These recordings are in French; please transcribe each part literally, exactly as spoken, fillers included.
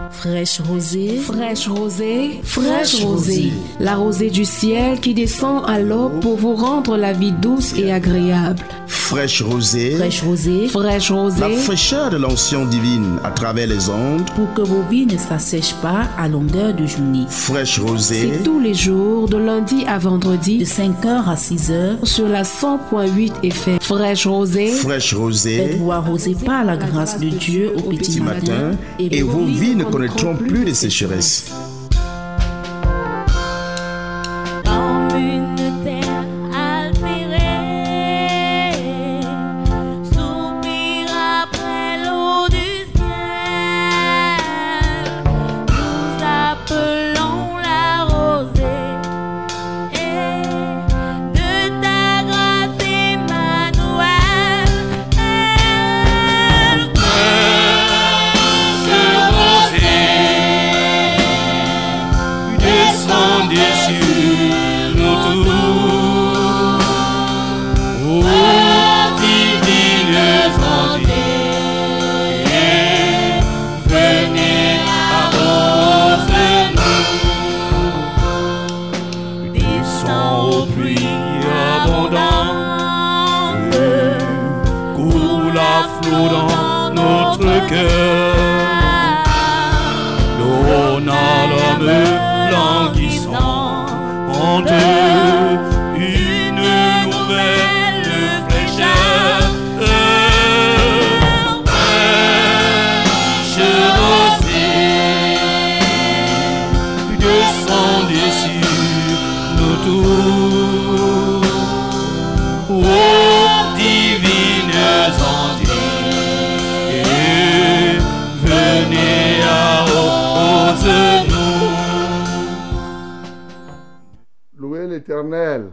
Fraîche rosée, fraîche rosée, fraîche rosée. La rosée du ciel qui descend à l'aube pour vous rendre la vie douce et agréable. Fraîche rosée, fraîche rosée, fraîche rosée. La fraîcheur de l'onction divine à travers les ondes pour que vos vies ne s'assèchent pas à longueur de journée. Fraîche rosée, c'est tous les jours de lundi à vendredi de cinq heures à six heures sur la cent point huit F M. Fraîche rosée, fraîche rosée. Faites-vous arroser par la grâce de Dieu au petit matin, et, et vos vies ne connaîtront plus de sécheresse. Dans notre cœur, donne à l'homme languissante une nouvelle fraîcheur. Fraîche rosée, descendez sur nous tous, ô divines anges. Venez à nous. Louez l'Éternel,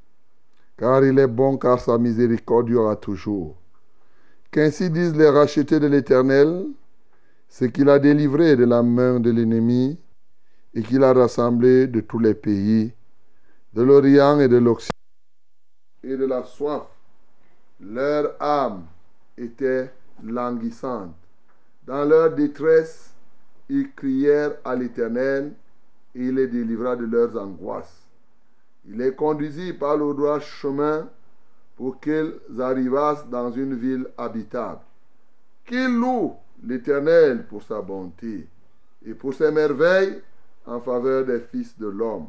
car il est bon, car sa miséricorde durera toujours. Qu'ainsi disent les rachetés de l'Éternel, c'est qu'il a délivré de la main de l'ennemi et qu'il a rassemblé de tous les pays, de l'Orient et de l'Occident, et de la soif. Leur âme était languissante. Dans leur détresse, ils crièrent à l'Éternel et il les délivra de leurs angoisses. Il les conduisit par le droit chemin pour qu'ils arrivassent dans une ville habitable. Qu'ils louent l'Éternel pour sa bonté et pour ses merveilles en faveur des fils de l'homme.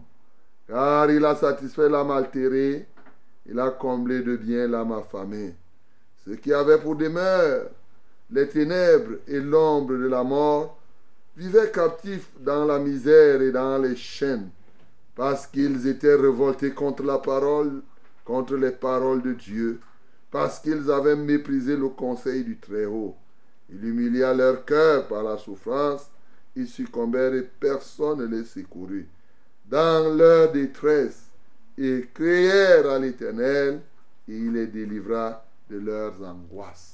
Car il a satisfait l'âme altérée, il a comblé de bien l'âme affamée. Ceux qui avaient pour demeure les ténèbres et l'ombre de la mort vivaient captifs dans la misère et dans les chaînes, parce qu'ils étaient révoltés contre la parole, contre les paroles de Dieu, parce qu'ils avaient méprisé le conseil du Très-Haut. Il humilia leur cœur par la souffrance, ils succombèrent et personne ne les secourut. Dans leur détresse, ils crièrent à l'Éternel et il les délivra de leurs angoisses.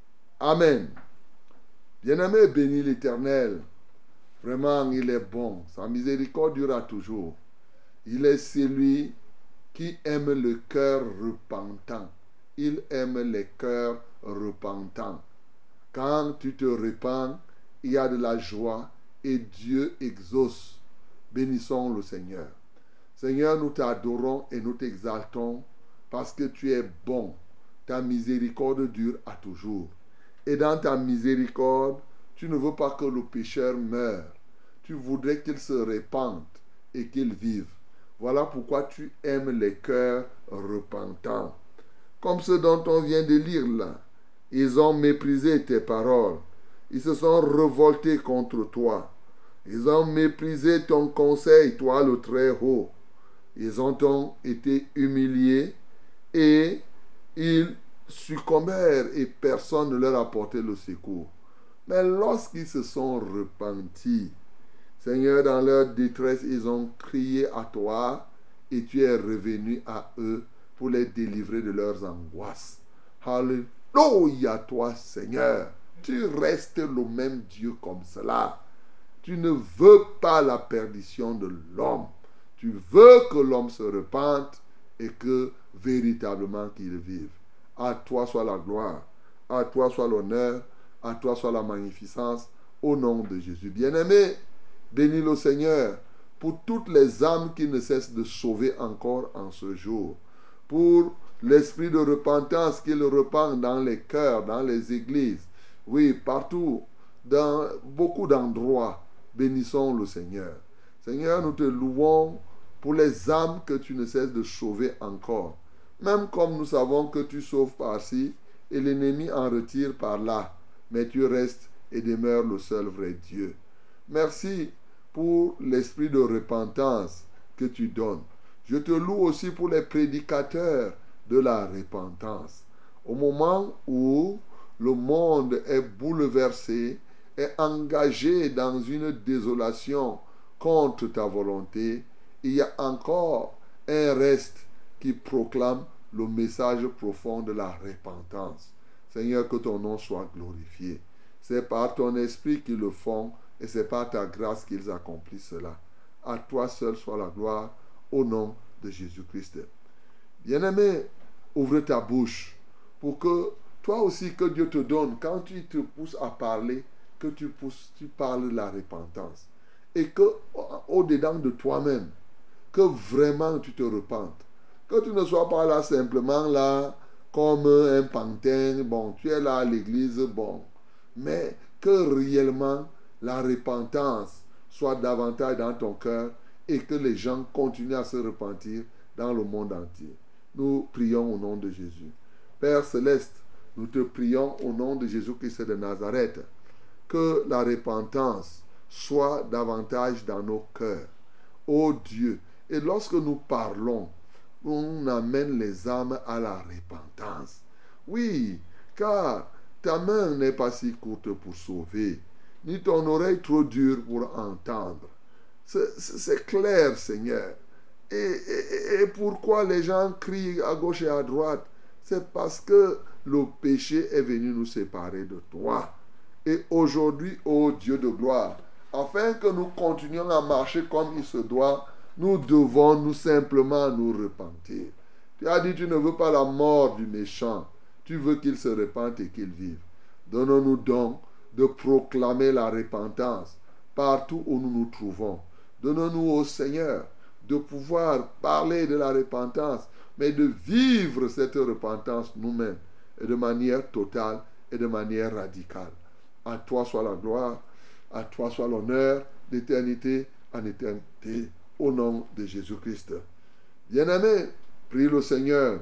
Amen. Bien-aimé, bénis l'Éternel. Vraiment, il est bon. Sa miséricorde durera toujours. Il est celui qui aime le cœur repentant. Il aime les cœurs repentants. Quand tu te repens, il y a de la joie et Dieu exauce. Bénissons le Seigneur. Seigneur, nous t'adorons et nous t'exaltons parce que tu es bon. Ta miséricorde dure à toujours. Et dans ta miséricorde, tu ne veux pas que le pécheur meure. Tu voudrais qu'il se répande et qu'il vive. Voilà pourquoi tu aimes les cœurs repentants. Comme ceux dont on vient de lire là. Ils ont méprisé tes paroles. Ils se sont révoltés contre toi. Ils ont méprisé ton conseil, toi le Très-Haut. Ils ont été humiliés et ils succombèrent et personne ne leur apportait le secours. Mais lorsqu'ils se sont repentis, Seigneur, dans leur détresse, ils ont crié à toi et tu es revenu à eux pour les délivrer de leurs angoisses. Alléluia, toi, Seigneur. Tu restes le même Dieu comme cela. Tu ne veux pas la perdition de l'homme. Tu veux que l'homme se repente et que véritablement qu'il vive. À toi soit la gloire, à toi soit l'honneur, à toi soit la magnificence, au nom de Jésus. Bien-aimé, bénis le Seigneur pour toutes les âmes qui ne cessent de sauver encore en ce jour. Pour l'esprit de repentance qu'il repent dans les cœurs, dans les églises. Oui, partout, dans beaucoup d'endroits, bénissons le Seigneur. Seigneur, nous te louons pour les âmes que tu ne cesses de sauver encore. Même comme nous savons que tu sauves par-ci et l'ennemi en retire par-là, mais tu restes et demeures le seul vrai Dieu. Merci pour l'esprit de repentance que tu donnes. Je te loue aussi pour les prédicateurs de la repentance. Au moment où le monde est bouleversé, est engagé dans une désolation contre ta volonté, il y a encore un reste qui proclame le message profond de la repentance. Seigneur, que ton nom soit glorifié. C'est par ton esprit qu'ils le font et c'est par ta grâce qu'ils accomplissent cela. À toi seul soit la gloire au nom de Jésus-Christ. Bien-aimé, ouvre ta bouche pour que toi aussi que Dieu te donne, quand tu te pousses à parler, que tu, pousses, tu parles de la repentance. Et que au-dedans de toi-même, que vraiment tu te repentes. Que tu ne sois pas là simplement là comme un pantin, bon, tu es là à l'église, bon. Mais que réellement la repentance soit davantage dans ton cœur et que les gens continuent à se repentir dans le monde entier. Nous prions au nom de Jésus. Père Céleste, nous te prions au nom de Jésus-Christ de Nazareth, que la repentance soit davantage dans nos cœurs. Ô Dieu, et lorsque nous parlons, on amène les âmes à la repentance. Oui, car ta main n'est pas si courte pour sauver, ni ton oreille trop dure pour entendre. C'est, c'est clair, Seigneur. Et, et, et pourquoi les gens crient à gauche et à droite? C'est parce que le péché est venu nous séparer de toi. Et aujourd'hui, ô Dieu de gloire, afin que nous continuions à marcher comme il se doit, nous devons nous simplement nous repentir. Tu as dit, tu ne veux pas la mort du méchant, tu veux qu'il se repente et qu'il vive. Donne-nous donc de proclamer la repentance partout où nous nous trouvons. Donne-nous au Seigneur de pouvoir parler de la repentance, mais de vivre cette repentance nous-mêmes, et de manière totale et de manière radicale. À toi soit la gloire, à toi soit l'honneur, d'éternité en éternité, au nom de Jésus-Christ. Bien-aimé, prie le Seigneur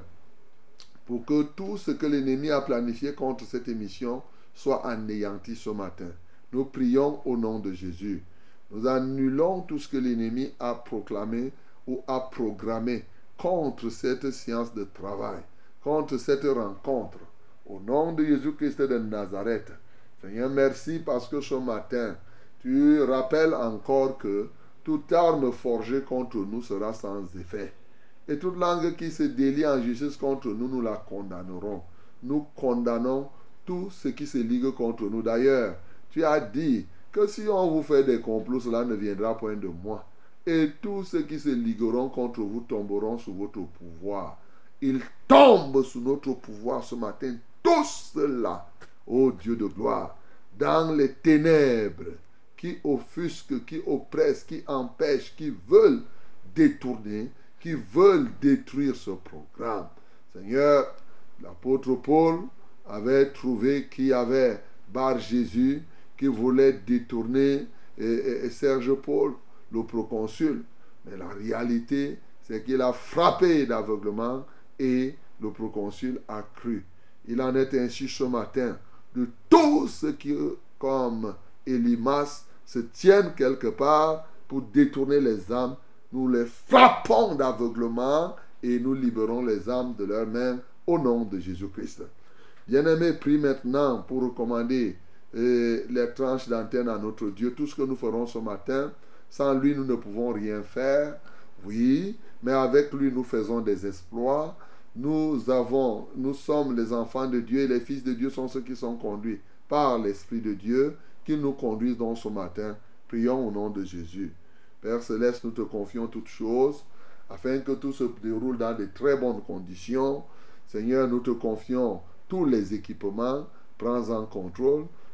pour que tout ce que l'ennemi a planifié contre cette émission soit anéanti ce matin. Nous prions au nom de Jésus. Nous annulons tout ce que l'ennemi a proclamé ou a programmé contre cette séance de travail, contre cette rencontre. Au nom de Jésus-Christ de Nazareth. Seigneur, merci parce que ce matin, tu rappelles encore que toute arme forgée contre nous sera sans effet. Et toute langue qui se délie en justice contre nous, nous la condamnerons. Nous condamnons tout ce qui se ligue contre nous. D'ailleurs, tu as dit que si on vous fait des complots, cela ne viendra point de moi. Et tous ceux qui se ligueront contre vous tomberont sous votre pouvoir. Ils tombent sous notre pouvoir ce matin. Tous ceux-là, ô Dieu de gloire, dans les ténèbres, qui offusquent, qui oppressent, qui empêchent, qui veulent détourner, qui veulent détruire ce programme. Seigneur, l'apôtre Paul avait trouvé qu'il y avait Bar Jésus qui voulait détourner et, et, et Serge Paul, le proconsul. Mais la réalité, c'est qu'il a frappé d'aveuglement et le proconsul a cru. Il en est ainsi ce matin de tous ceux qui, comme Élimas, se tiennent quelque part pour détourner les âmes. Nous les frappons d'aveuglement et nous libérons les âmes de leurs mains au nom de Jésus-Christ. Bien-aimé, prie maintenant pour recommander euh, les tranches d'antenne à notre Dieu. Tout ce que nous ferons ce matin, sans lui, nous ne pouvons rien faire. Oui, mais avec lui, nous faisons des exploits. Nous avons, nous sommes les enfants de Dieu et les fils de Dieu sont ceux qui sont conduits par l'Esprit de Dieu, qui nous conduisent donc ce matin. Prions au nom de Jésus. Père Céleste, nous te confions toutes choses, afin que tout se déroule dans de très bonnes conditions. Seigneur, nous te confions tous les équipements. Prends en contrôle.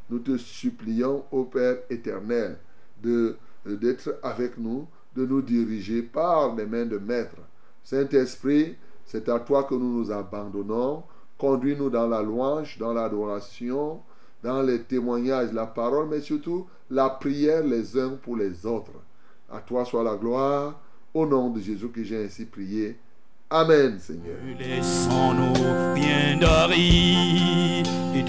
nous te supplions, ô Père éternel, de, d'être avec nous, de nous diriger par les mains de Maître. Saint-Esprit, c'est à toi que nous nous abandonnons. Conduis-nous dans la louange, dans l'adoration, dans les témoignages, la parole, mais surtout la prière les uns pour les autres. À toi soit la gloire, au nom de Jésus que j'ai ainsi prié. Amen, Seigneur. Laissons-nous bien d'arides,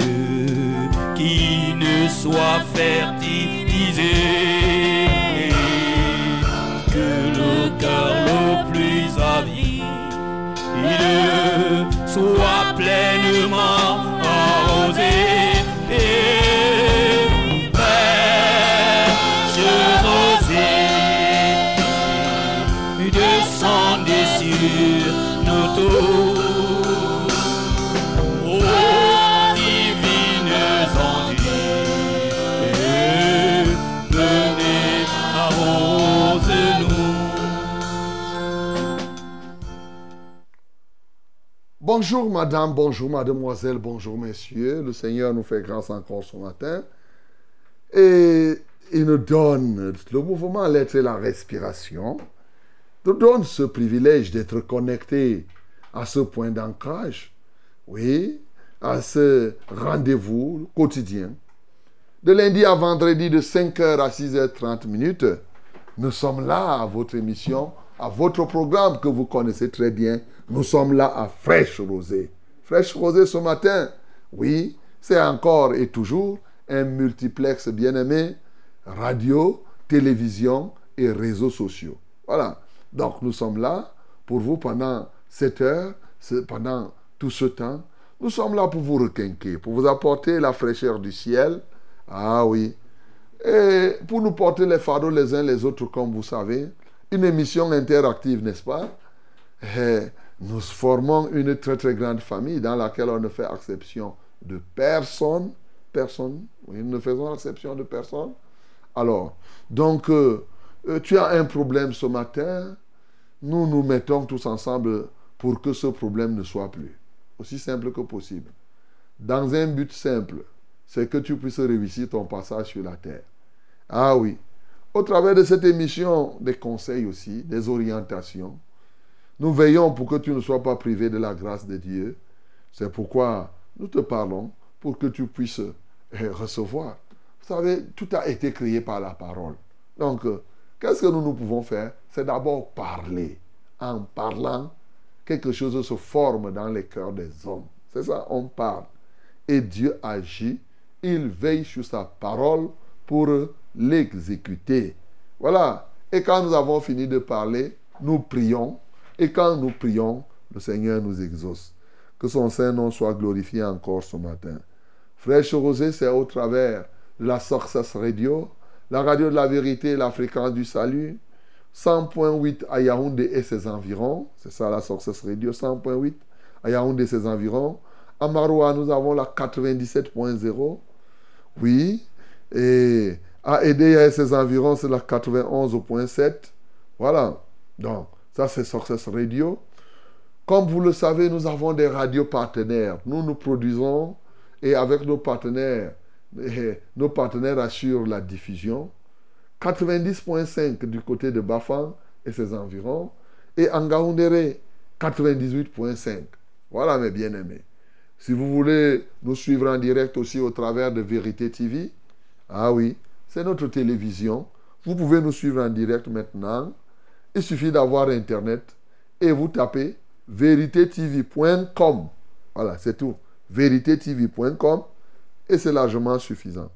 qui ne soient fertilisés, que le cœur le plus avide soit pleinement arrosé. Descendez sur nous tous, ô divines ondes, venez arrose-nous. Bonjour madame, bonjour mademoiselle, bonjour messieurs. Le Seigneur nous fait grâce encore ce matin. Et il nous donne le mouvement, l'être et la respiration. Nous donne ce privilège d'être connecté à ce point d'ancrage, oui, à ce rendez-vous quotidien. De lundi à vendredi, de cinq heures à six heures trente minutes, nous sommes là à votre émission, à votre programme que vous connaissez très bien. Nous sommes là à Fraîche Rosée. Fraîche Rosée ce matin, oui, c'est encore et toujours un multiplex bien-aimé, radio, télévision et réseaux sociaux. Voilà. Donc, nous sommes là pour vous pendant sept heures, pendant tout ce temps. Nous sommes là pour vous requinquer, pour vous apporter la fraîcheur du ciel. Ah oui. Et pour nous porter les fardeaux les uns les autres, comme vous savez. Une émission interactive, n'est-ce pas? Et nous formons une très très grande famille dans laquelle on ne fait exception de personne. Personne. Oui, nous ne faisons exception de personne. Alors, donc... Euh, tu as un problème ce matin, nous nous mettons tous ensemble pour que ce problème ne soit plus. Aussi simple que possible. Dans un but simple, c'est que tu puisses réussir ton passage sur la terre. Ah oui. Au travers de cette émission, des conseils aussi, des orientations. Nous veillons pour que tu ne sois pas privé de la grâce de Dieu. C'est pourquoi nous te parlons pour que tu puisses recevoir. Vous savez, tout a été créé par la parole. Donc, qu'est-ce que nous, nous pouvons faire? C'est d'abord parler. En parlant, quelque chose se forme dans les cœurs des hommes. C'est ça, on parle. Et Dieu agit. Il veille sur sa parole pour l'exécuter. Voilà. Et quand nous avons fini de parler, nous prions. Et quand nous prions, le Seigneur nous exauce. Que son Saint-Nom soit glorifié encore ce matin. Fraîche Rosée, c'est au travers de la Success Radio, la radio de la vérité, la fréquence du salut, cent virgule huit à Yaoundé et ses environs. C'est ça la Success Radio, cent virgule huit à Yaoundé et ses environs. À Maroua, nous avons la quatre-vingt-dix-sept virgule zéro. Oui. Et à Edea et ses environs, c'est la quatre-vingt-onze virgule sept. Voilà. Donc, ça c'est Success Radio. Comme vous le savez, nous avons des radios partenaires. Nous, nous produisons et avec nos partenaires, Et nos partenaires assurent la diffusion. quatre-vingt-dix virgule cinq du côté de Bafang et ses environs. Et en Ngaoundéré, quatre-vingt-dix-huit virgule cinq. Voilà mes bien-aimés. Si vous voulez nous suivre en direct aussi au travers de Vérité T V, ah oui, c'est notre télévision. Vous pouvez nous suivre en direct maintenant. Il suffit d'avoir Internet et vous tapez vérité t v point com. Voilà, c'est tout. vérité t v point com. Et c'est largement suffisant.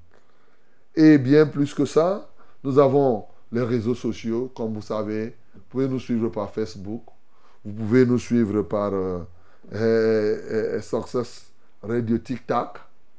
Et bien plus que ça, nous avons les réseaux sociaux, comme vous savez. Vous pouvez nous suivre par Facebook. Vous pouvez nous suivre par euh, euh, euh, Success Radio TikTok.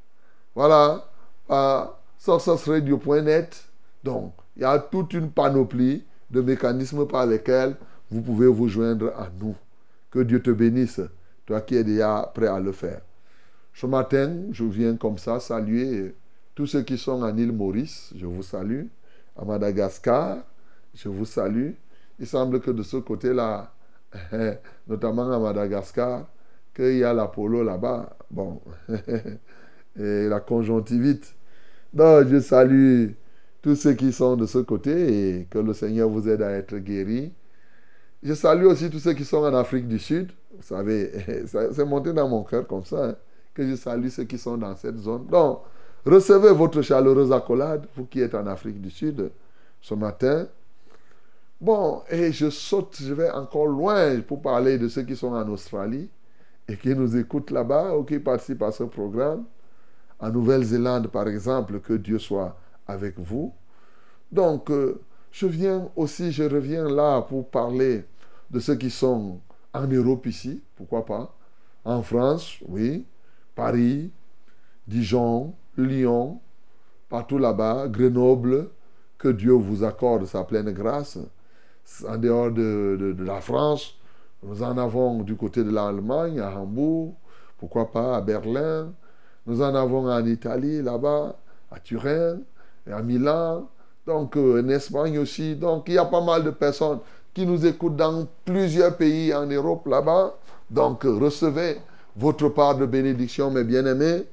Voilà, par success radio point net. Donc, il y a toute une panoplie de mécanismes par lesquels vous pouvez vous joindre à nous. Que Dieu te bénisse, toi qui es déjà prêt à le faire. Ce matin, je viens comme ça saluer tous ceux qui sont en île Maurice. Je vous salue. À Madagascar, je vous salue. Il semble que de ce côté-là, notamment à Madagascar, qu'il y a l'Apollo là-bas. Bon, et la conjonctivite. Donc, je salue tous ceux qui sont de ce côté et que le Seigneur vous aide à être guéris. Je salue aussi tous ceux qui sont en Afrique du Sud. Vous savez, c'est monté dans mon cœur comme ça, hein, que je salue ceux qui sont dans cette zone. Donc, recevez votre chaleureuse accolade, vous qui êtes en Afrique du Sud, ce matin. Bon, et je saute, je vais encore loin pour parler de ceux qui sont en Australie et qui nous écoutent là-bas ou qui participent à ce programme. En Nouvelle-Zélande, par exemple, que Dieu soit avec vous. Donc, euh, je viens aussi, je reviens là pour parler de ceux qui sont en Europe ici, pourquoi pas, en France, oui, Paris, Dijon, Lyon, partout là-bas, Grenoble, que Dieu vous accorde sa pleine grâce. En dehors de, de, de la France, nous en avons du côté de l'Allemagne, à Hambourg, pourquoi pas à Berlin, nous en avons en Italie, là-bas, à Turin, et à Milan, donc euh, en Espagne aussi. Donc il y a pas mal de personnes qui nous écoutent dans plusieurs pays en Europe, là-bas. Donc euh, recevez votre part de bénédiction, mes bien-aimés.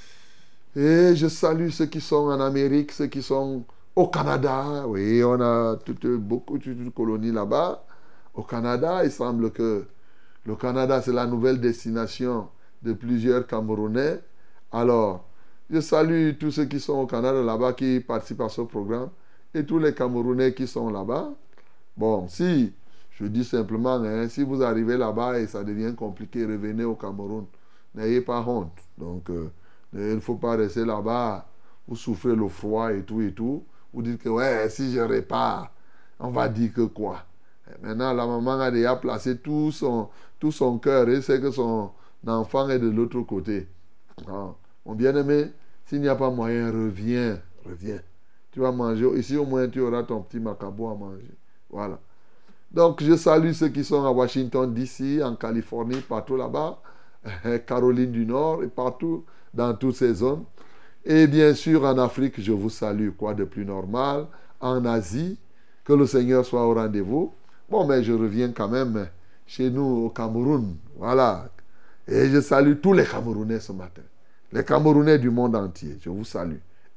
Et je salue ceux qui sont en Amérique, ceux qui sont au Canada. Oui, on a toute, beaucoup de colonies là-bas. Au Canada, il semble que le Canada, c'est la nouvelle destination de plusieurs Camerounais. Alors, je salue tous ceux qui sont au Canada là-bas, qui participent à ce programme, et tous les Camerounais qui sont là-bas. Bon, si, je dis simplement, hein, si vous arrivez là-bas et ça devient compliqué, revenez au Cameroun. N'ayez pas honte. Donc, euh, il ne faut pas rester là-bas, vous souffrez le froid et tout et tout. Vous dites que, ouais, si je répare, on va dire que quoi? Et maintenant, la maman a déjà placé tout son, tout son cœur et sait que son enfant est de l'autre côté. Ah, mon bien-aimé, s'il n'y a pas moyen, reviens, reviens. Tu vas manger. Ici, au moins, tu auras ton petit macabo à manger. Voilà. Donc, je salue ceux qui sont à Washington, D C, en Californie, partout là-bas, Caroline du Nord, et partout dans toutes ces zones. Et bien sûr, en Afrique, je vous salue. Quoi de plus normal? En Asie, que le Seigneur soit au rendez-vous. Bon, mais je reviens quand même chez nous, au Cameroun. Voilà. Et je salue tous les Camerounais ce matin. Les Camerounais du monde entier, je vous salue.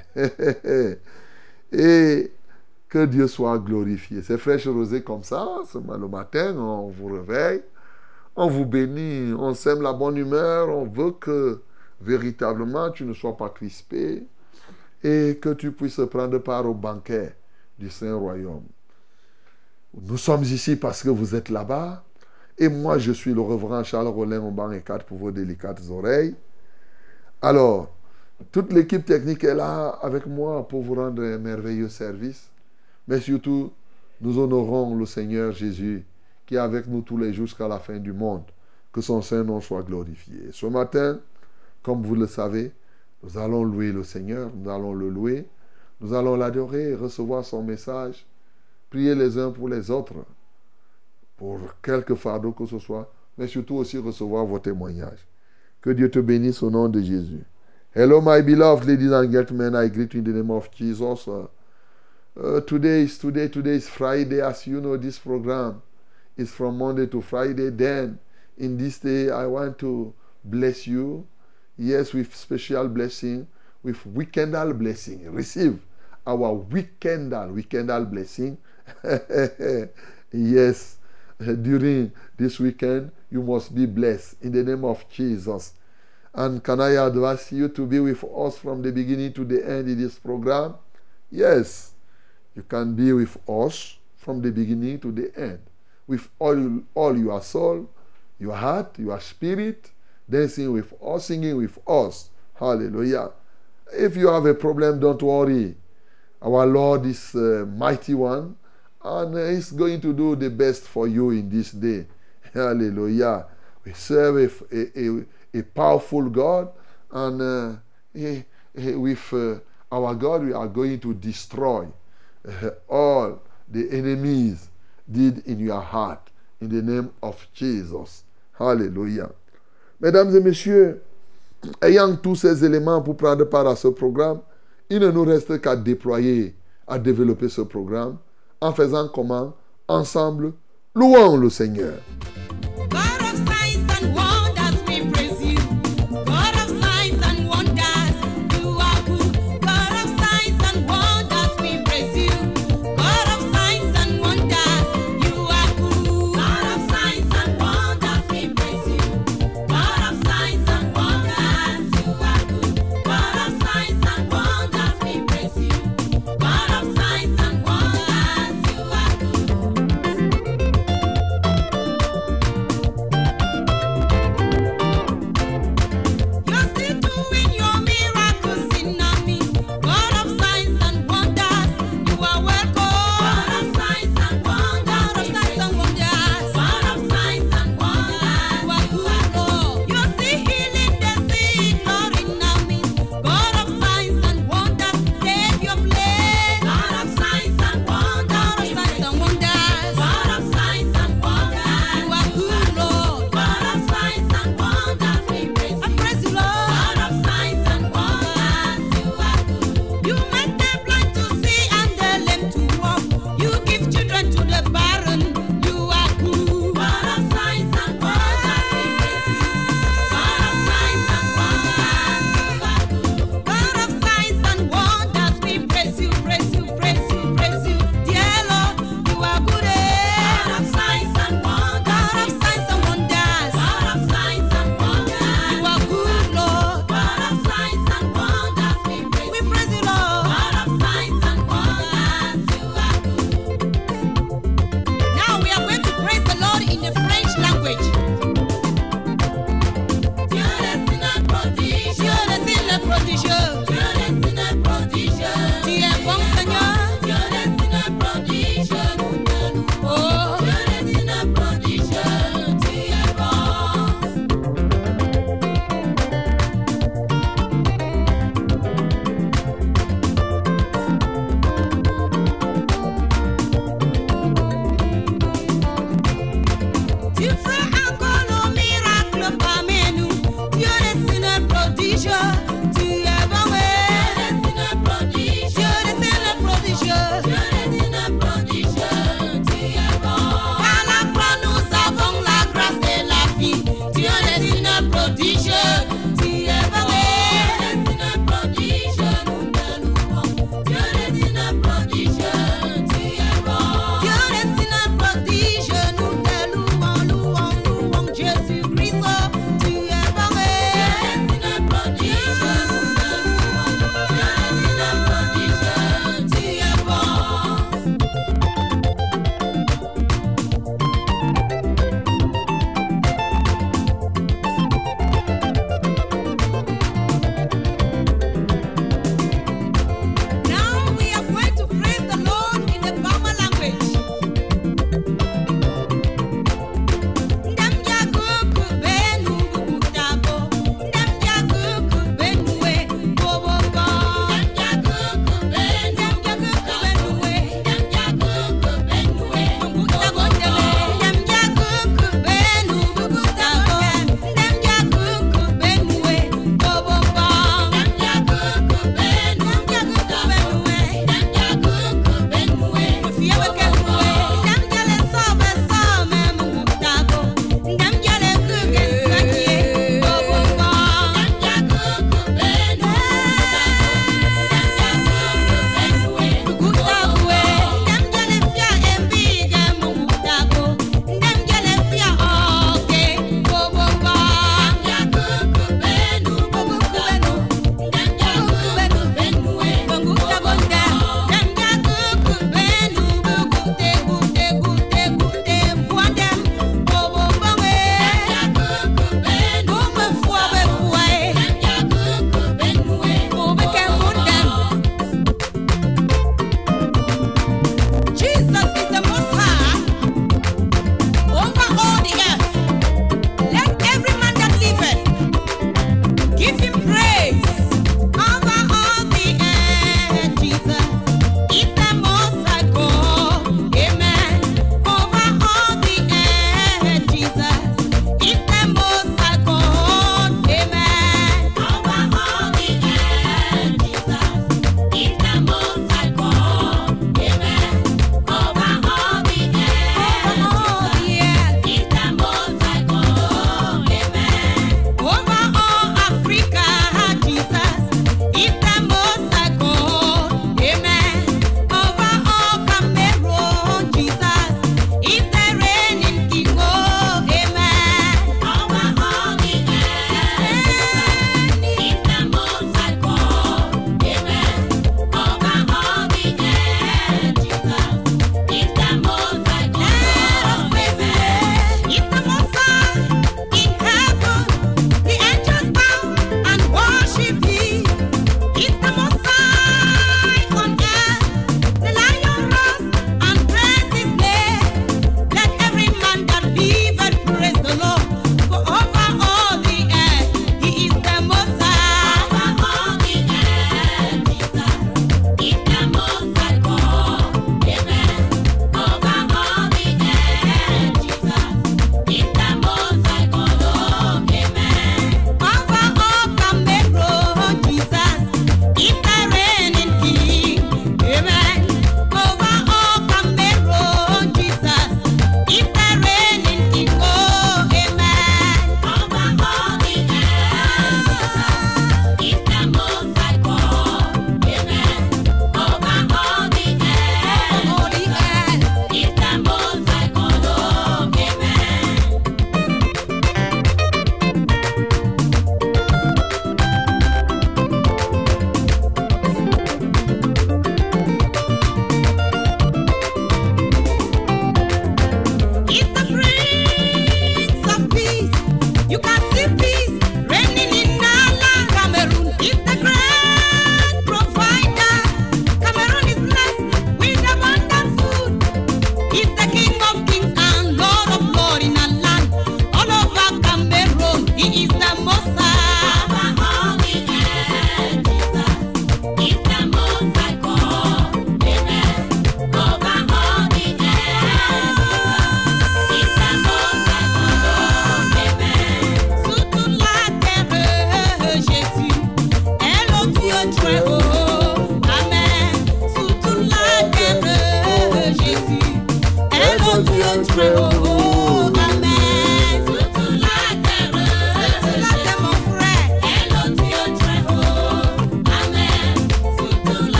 Et que Dieu soit glorifié. C'est fraîche rosée comme ça, le matin, on vous réveille, on vous bénit, on sème la bonne humeur, on veut que véritablement tu ne sois pas crispé et que tu puisses prendre part au banquet du Saint-Royaume. Nous sommes ici parce que vous êtes là-bas et moi je suis le révérend Charles Rollin au banc et quatre pour vos délicates oreilles. Alors, toute l'équipe technique est là avec moi pour vous rendre un merveilleux service. Mais surtout, nous honorons le Seigneur Jésus qui est avec nous tous les jours jusqu'à la fin du monde. Que son Saint-Nom soit glorifié. Ce matin, comme vous le savez, nous allons louer le Seigneur, nous allons le louer, nous allons l'adorer, recevoir son message, prier les uns pour les autres, pour quelque fardeau que ce soit, mais surtout aussi recevoir vos témoignages. Que Dieu te bénisse au nom de Jésus. Hello, my beloved ladies and gentlemen. I greet you in the name of Jesus. Uh, uh, today is today. Today is Friday. As you know, this program is from Monday to Friday. Then, in this day, I want to bless you. Yes, with special blessing, with weekendal blessing. Receive our weekendal, weekendal blessing. Yes. During this weekend, you must be blessed in the name of Jesus. And can I advise you to be with us from the beginning to the end in this program? Yes, you can be with us from the beginning to the end. With all, all your soul, your heart, your spirit, dancing with us, singing with us. Hallelujah. If you have a problem, don't worry. Our Lord is a mighty one. And He's going to do the best for you in this day. Hallelujah. We serve a, a, a powerful God. And uh, he, he, with uh, our God, we are going to destroy uh, all the enemies did in your heart. In the name of Jesus. Hallelujah. Mesdames et messieurs, ayant tous ces éléments pour prendre part à ce programme, il ne nous reste qu'à déployer, à développer ce programme. En faisant comment? Ensemble, louons le Seigneur. God of signs and wonders, we praise you. God of signs and wonders, you are good. God of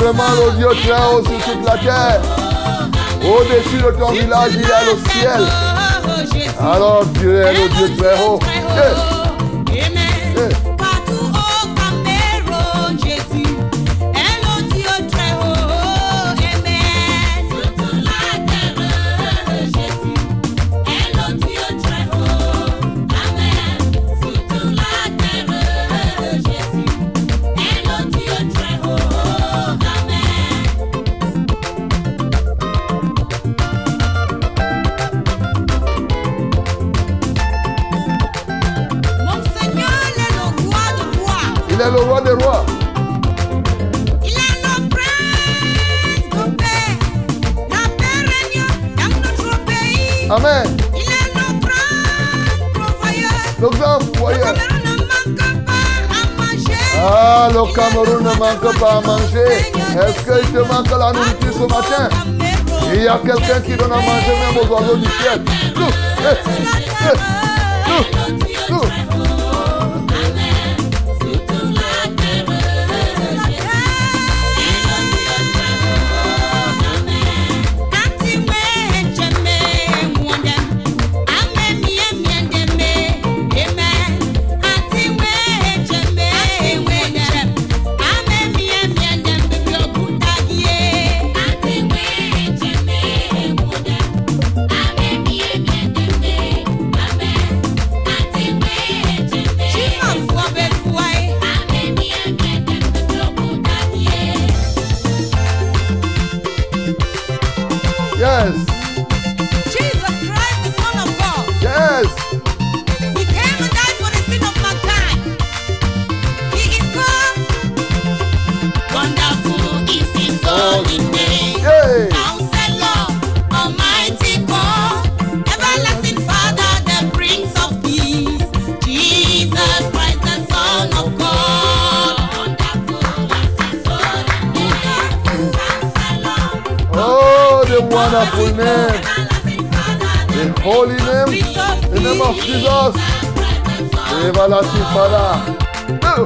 vraiment le Dieu très haut sur toute la terre. Au-dessus de ton village, il y a le ciel. Alors tu es le Dieu très haut. Eh. Eh. Partout au Cameroun, Jésus est le Dieu très haut. Amen. Sur toute la terre, Jésus est le Dieu très haut. Amen. Sur toute la terre, Jésus est le Dieu très haut. Amen. Mon Seigneur est le roi de rois. Il est le roi des rois. Il est le prince de paix. La paix règne dans notre pays. Amen. Il est le grand pourvoyeur. Le grand foyer. Le Cameroun ne manque pas à manger. Ah, le Cameroun ne manque pas à manger. Est-ce qu'il te manque la nourriture ce matin? Il y a quelqu'un qui donne à manger même aux oiseaux du ciel. Tout, eh, eh, tout, tout. Yes, Jesus Christ, the Son of God. yes. He came to die for the sin of mankind. He is called Wonderful is His holy name. Yeah. Counselor, Almighty God, Everlasting Father, the Prince of Peace. Jesus Christ, the Son of God. Wonderful is His holy name. Counselor, Oh, the wonderful name. Everlasting Father, The holy name. Prince of The name of Peace. Jesus. The everlasting Father. Oh.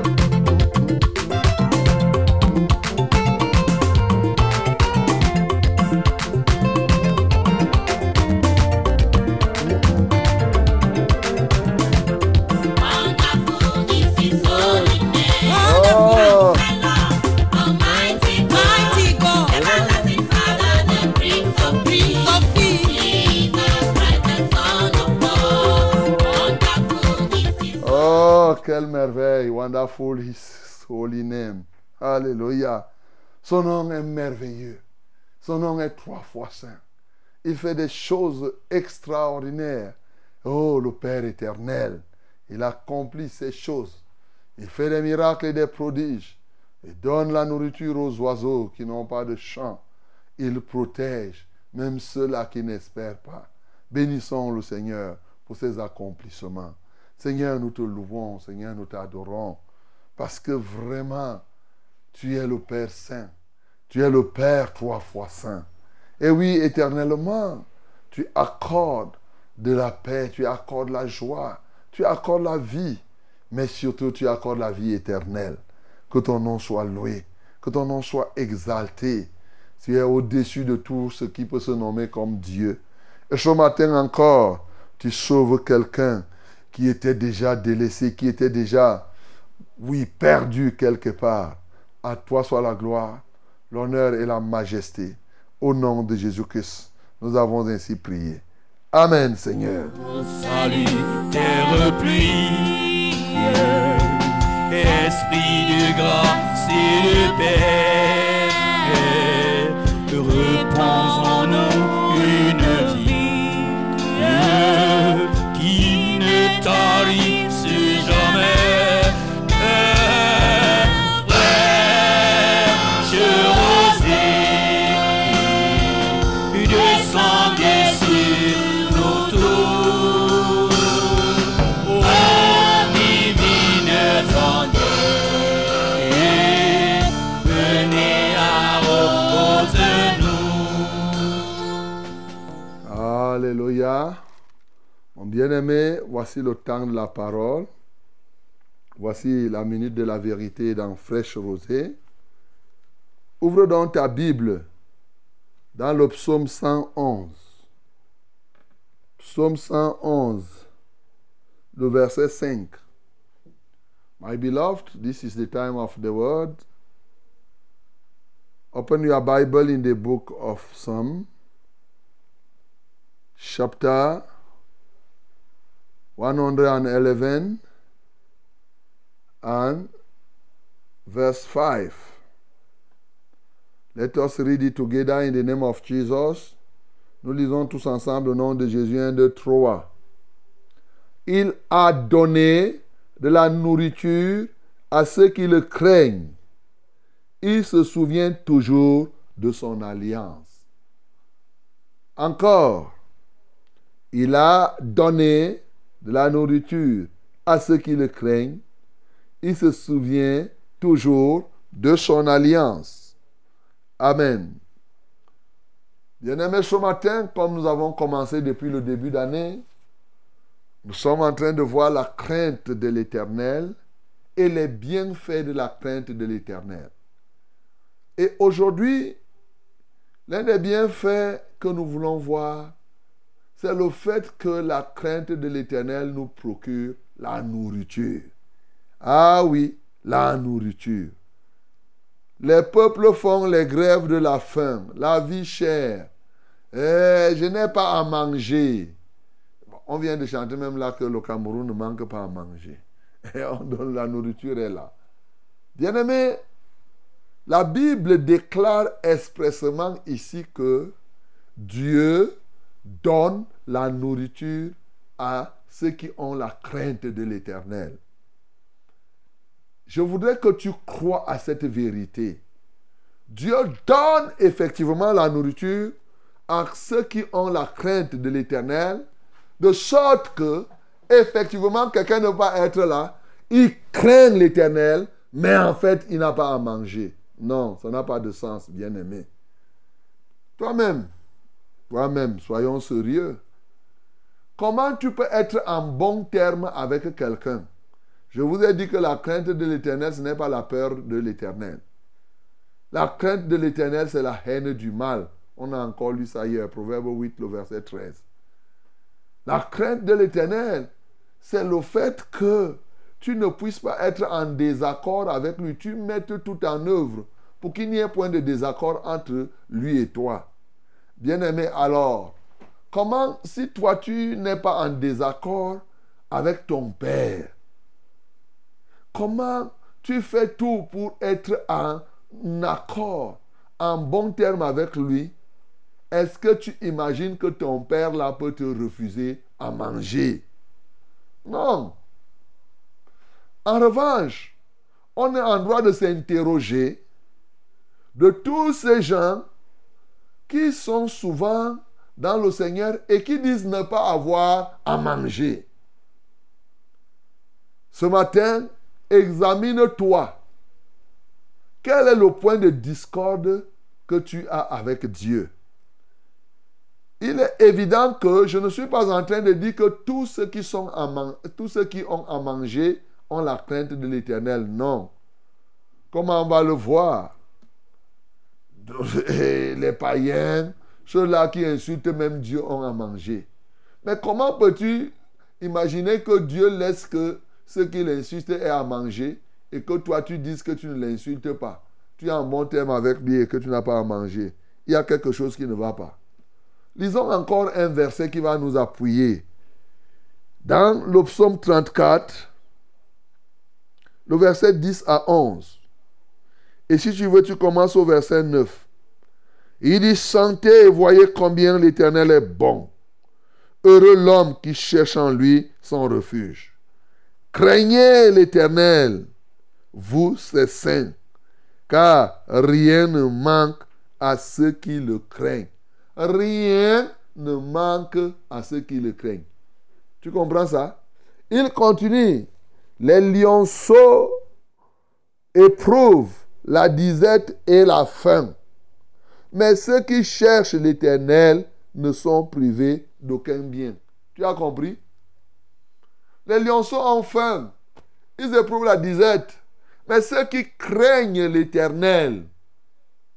Wonderful is His holy name. Oh. Almighty God, Everlasting Father, the Prince of Peace. Jesus Christ, the Son of God. Wonderful is His Oh, quelle merveille. Wonderful His holy name. Alléluia. Son nom est merveilleux. Son nom est trois fois saint. Il fait des choses extraordinaires. Oh, le Père éternel. Il accomplit ces choses. Il fait des miracles et des prodiges. Il donne la nourriture aux oiseaux qui n'ont pas de champ. Il protège même ceux-là qui n'espèrent pas. Bénissons le Seigneur pour ses accomplissements. Seigneur, nous te louons. Seigneur, nous t'adorons. Parce que vraiment, tu es le Père Saint. Tu es le Père trois fois saint. Et oui, éternellement, tu accordes de la paix, tu accordes la joie, tu accordes la vie, mais surtout tu accordes la vie éternelle. Que ton nom soit loué, que ton nom soit exalté. Tu es au-dessus de tout ce qui peut se nommer comme Dieu. Et ce matin encore, tu sauves quelqu'un qui était déjà délaissé, qui était déjà, oui, perdu quelque part. À toi soit la gloire, l'honneur et la majesté. Au nom de Jésus-Christ, nous avons ainsi prié. Amen, Seigneur. Salut, terre pluie, esprit de grâce et de paix, repose en nous une vie qui ne tarisse jamais. Fraîche rosée, descendez sur nos tours, ô divine tendresse, venez à repose nous. Alléluia. Mon bien-aimé, voici le temps de la parole. Voici la minute de la vérité dans Fraîche Rosée. Ouvre donc ta Bible dans le psaume cent onze. Psaume cent onze, le verset cinq. My beloved, this is the time of the word. Open your Bible in the book of Psalm, chapter one hundred eleven and verse five. Let us read it together in the name of Jesus. Nous lisons tous ensemble au nom de Jésus. Un, deux, trois. Il a donné de la nourriture à ceux qui le craignent. Il se souvient toujours de son alliance. Encore, il a donné de la nourriture à ceux qui le craignent. Il se souvient toujours de son alliance. Amen. Bien-aimés, ce matin, comme nous avons commencé depuis le début d'année, nous sommes en train de voir la crainte de l'Éternel et les bienfaits de la crainte de l'Éternel. Et aujourd'hui, l'un des bienfaits que nous voulons voir, c'est le fait que la crainte de l'Éternel nous procure la nourriture. Ah oui, la nourriture. Les peuples font les grèves de la faim, la vie chère. Eh, je n'ai pas à manger. Bon, on vient de chanter même là que le Cameroun ne manque pas à manger. Et on donne la nourriture est là. Bien-aimés, la Bible déclare expressément ici que Dieu donne la nourriture à ceux qui ont la crainte de l'Éternel. Je voudrais que tu crois à cette vérité. Dieu donne effectivement la nourriture à ceux qui ont la crainte de l'Éternel, de sorte que, effectivement, quelqu'un ne va être là, il craint l'Éternel, mais en fait, il n'a pas à manger. Non, ça n'a pas de sens, bien-aimé. Toi-même, toi-même, soyons sérieux. Comment tu peux être en bon terme avec quelqu'un? Je vous ai dit que la crainte de l'Éternel, ce n'est pas la peur de l'Éternel. La crainte de l'Éternel, c'est la haine du mal. On a encore lu ça hier, Proverbe huit, le verset treize. La crainte de l'Éternel, c'est le fait que tu ne puisses pas être en désaccord avec lui. Tu mettes tout en œuvre pour qu'il n'y ait point de désaccord entre lui et toi. Bien-aimé, alors, comment, si toi tu n'es pas en désaccord avec ton père, comment tu fais tout pour être en accord, en bon terme avec lui? Est-ce que tu imagines que ton père là peut te refuser à manger? Non. En revanche, on est en droit de s'interroger de tous ces gens qui sont souvent dans le Seigneur et qui disent ne pas avoir à manger. Ce matin, examine-toi. Quel est le point de discorde que tu as avec Dieu? Il est évident que je ne suis pas en train de dire que tous ceux qui, sont à man- tous ceux qui ont à manger ont la crainte de l'Éternel. Non. Comment on va le voir? Les païens, ceux-là qui insultent même Dieu ont à manger. Mais comment peux-tu imaginer que Dieu laisse que ceux qui l'insultent aient à manger et que toi tu dises que tu ne l'insultes pas? Tu es en bon terme avec lui et que tu n'as pas à manger. Il y a quelque chose qui ne va pas. Lisons encore un verset qui va nous appuyer. Dans le psaume trente-quatre, le verset dix à onze. Et si tu veux, tu commences au verset neuf. Il dit, sentez et voyez combien l'Éternel est bon. Heureux l'homme qui cherche en lui son refuge. Craignez l'Éternel, vous ses saints, car rien ne manque à ceux qui le craignent. Rien ne manque à ceux qui le craignent. Tu comprends ça? Il continue. Les lionceaux éprouvent la disette et la faim. Mais ceux qui cherchent l'Éternel ne sont privés d'aucun bien. Tu as compris? Les lionceaux ont faim. Ils éprouvent la disette. Mais ceux qui craignent l'Éternel,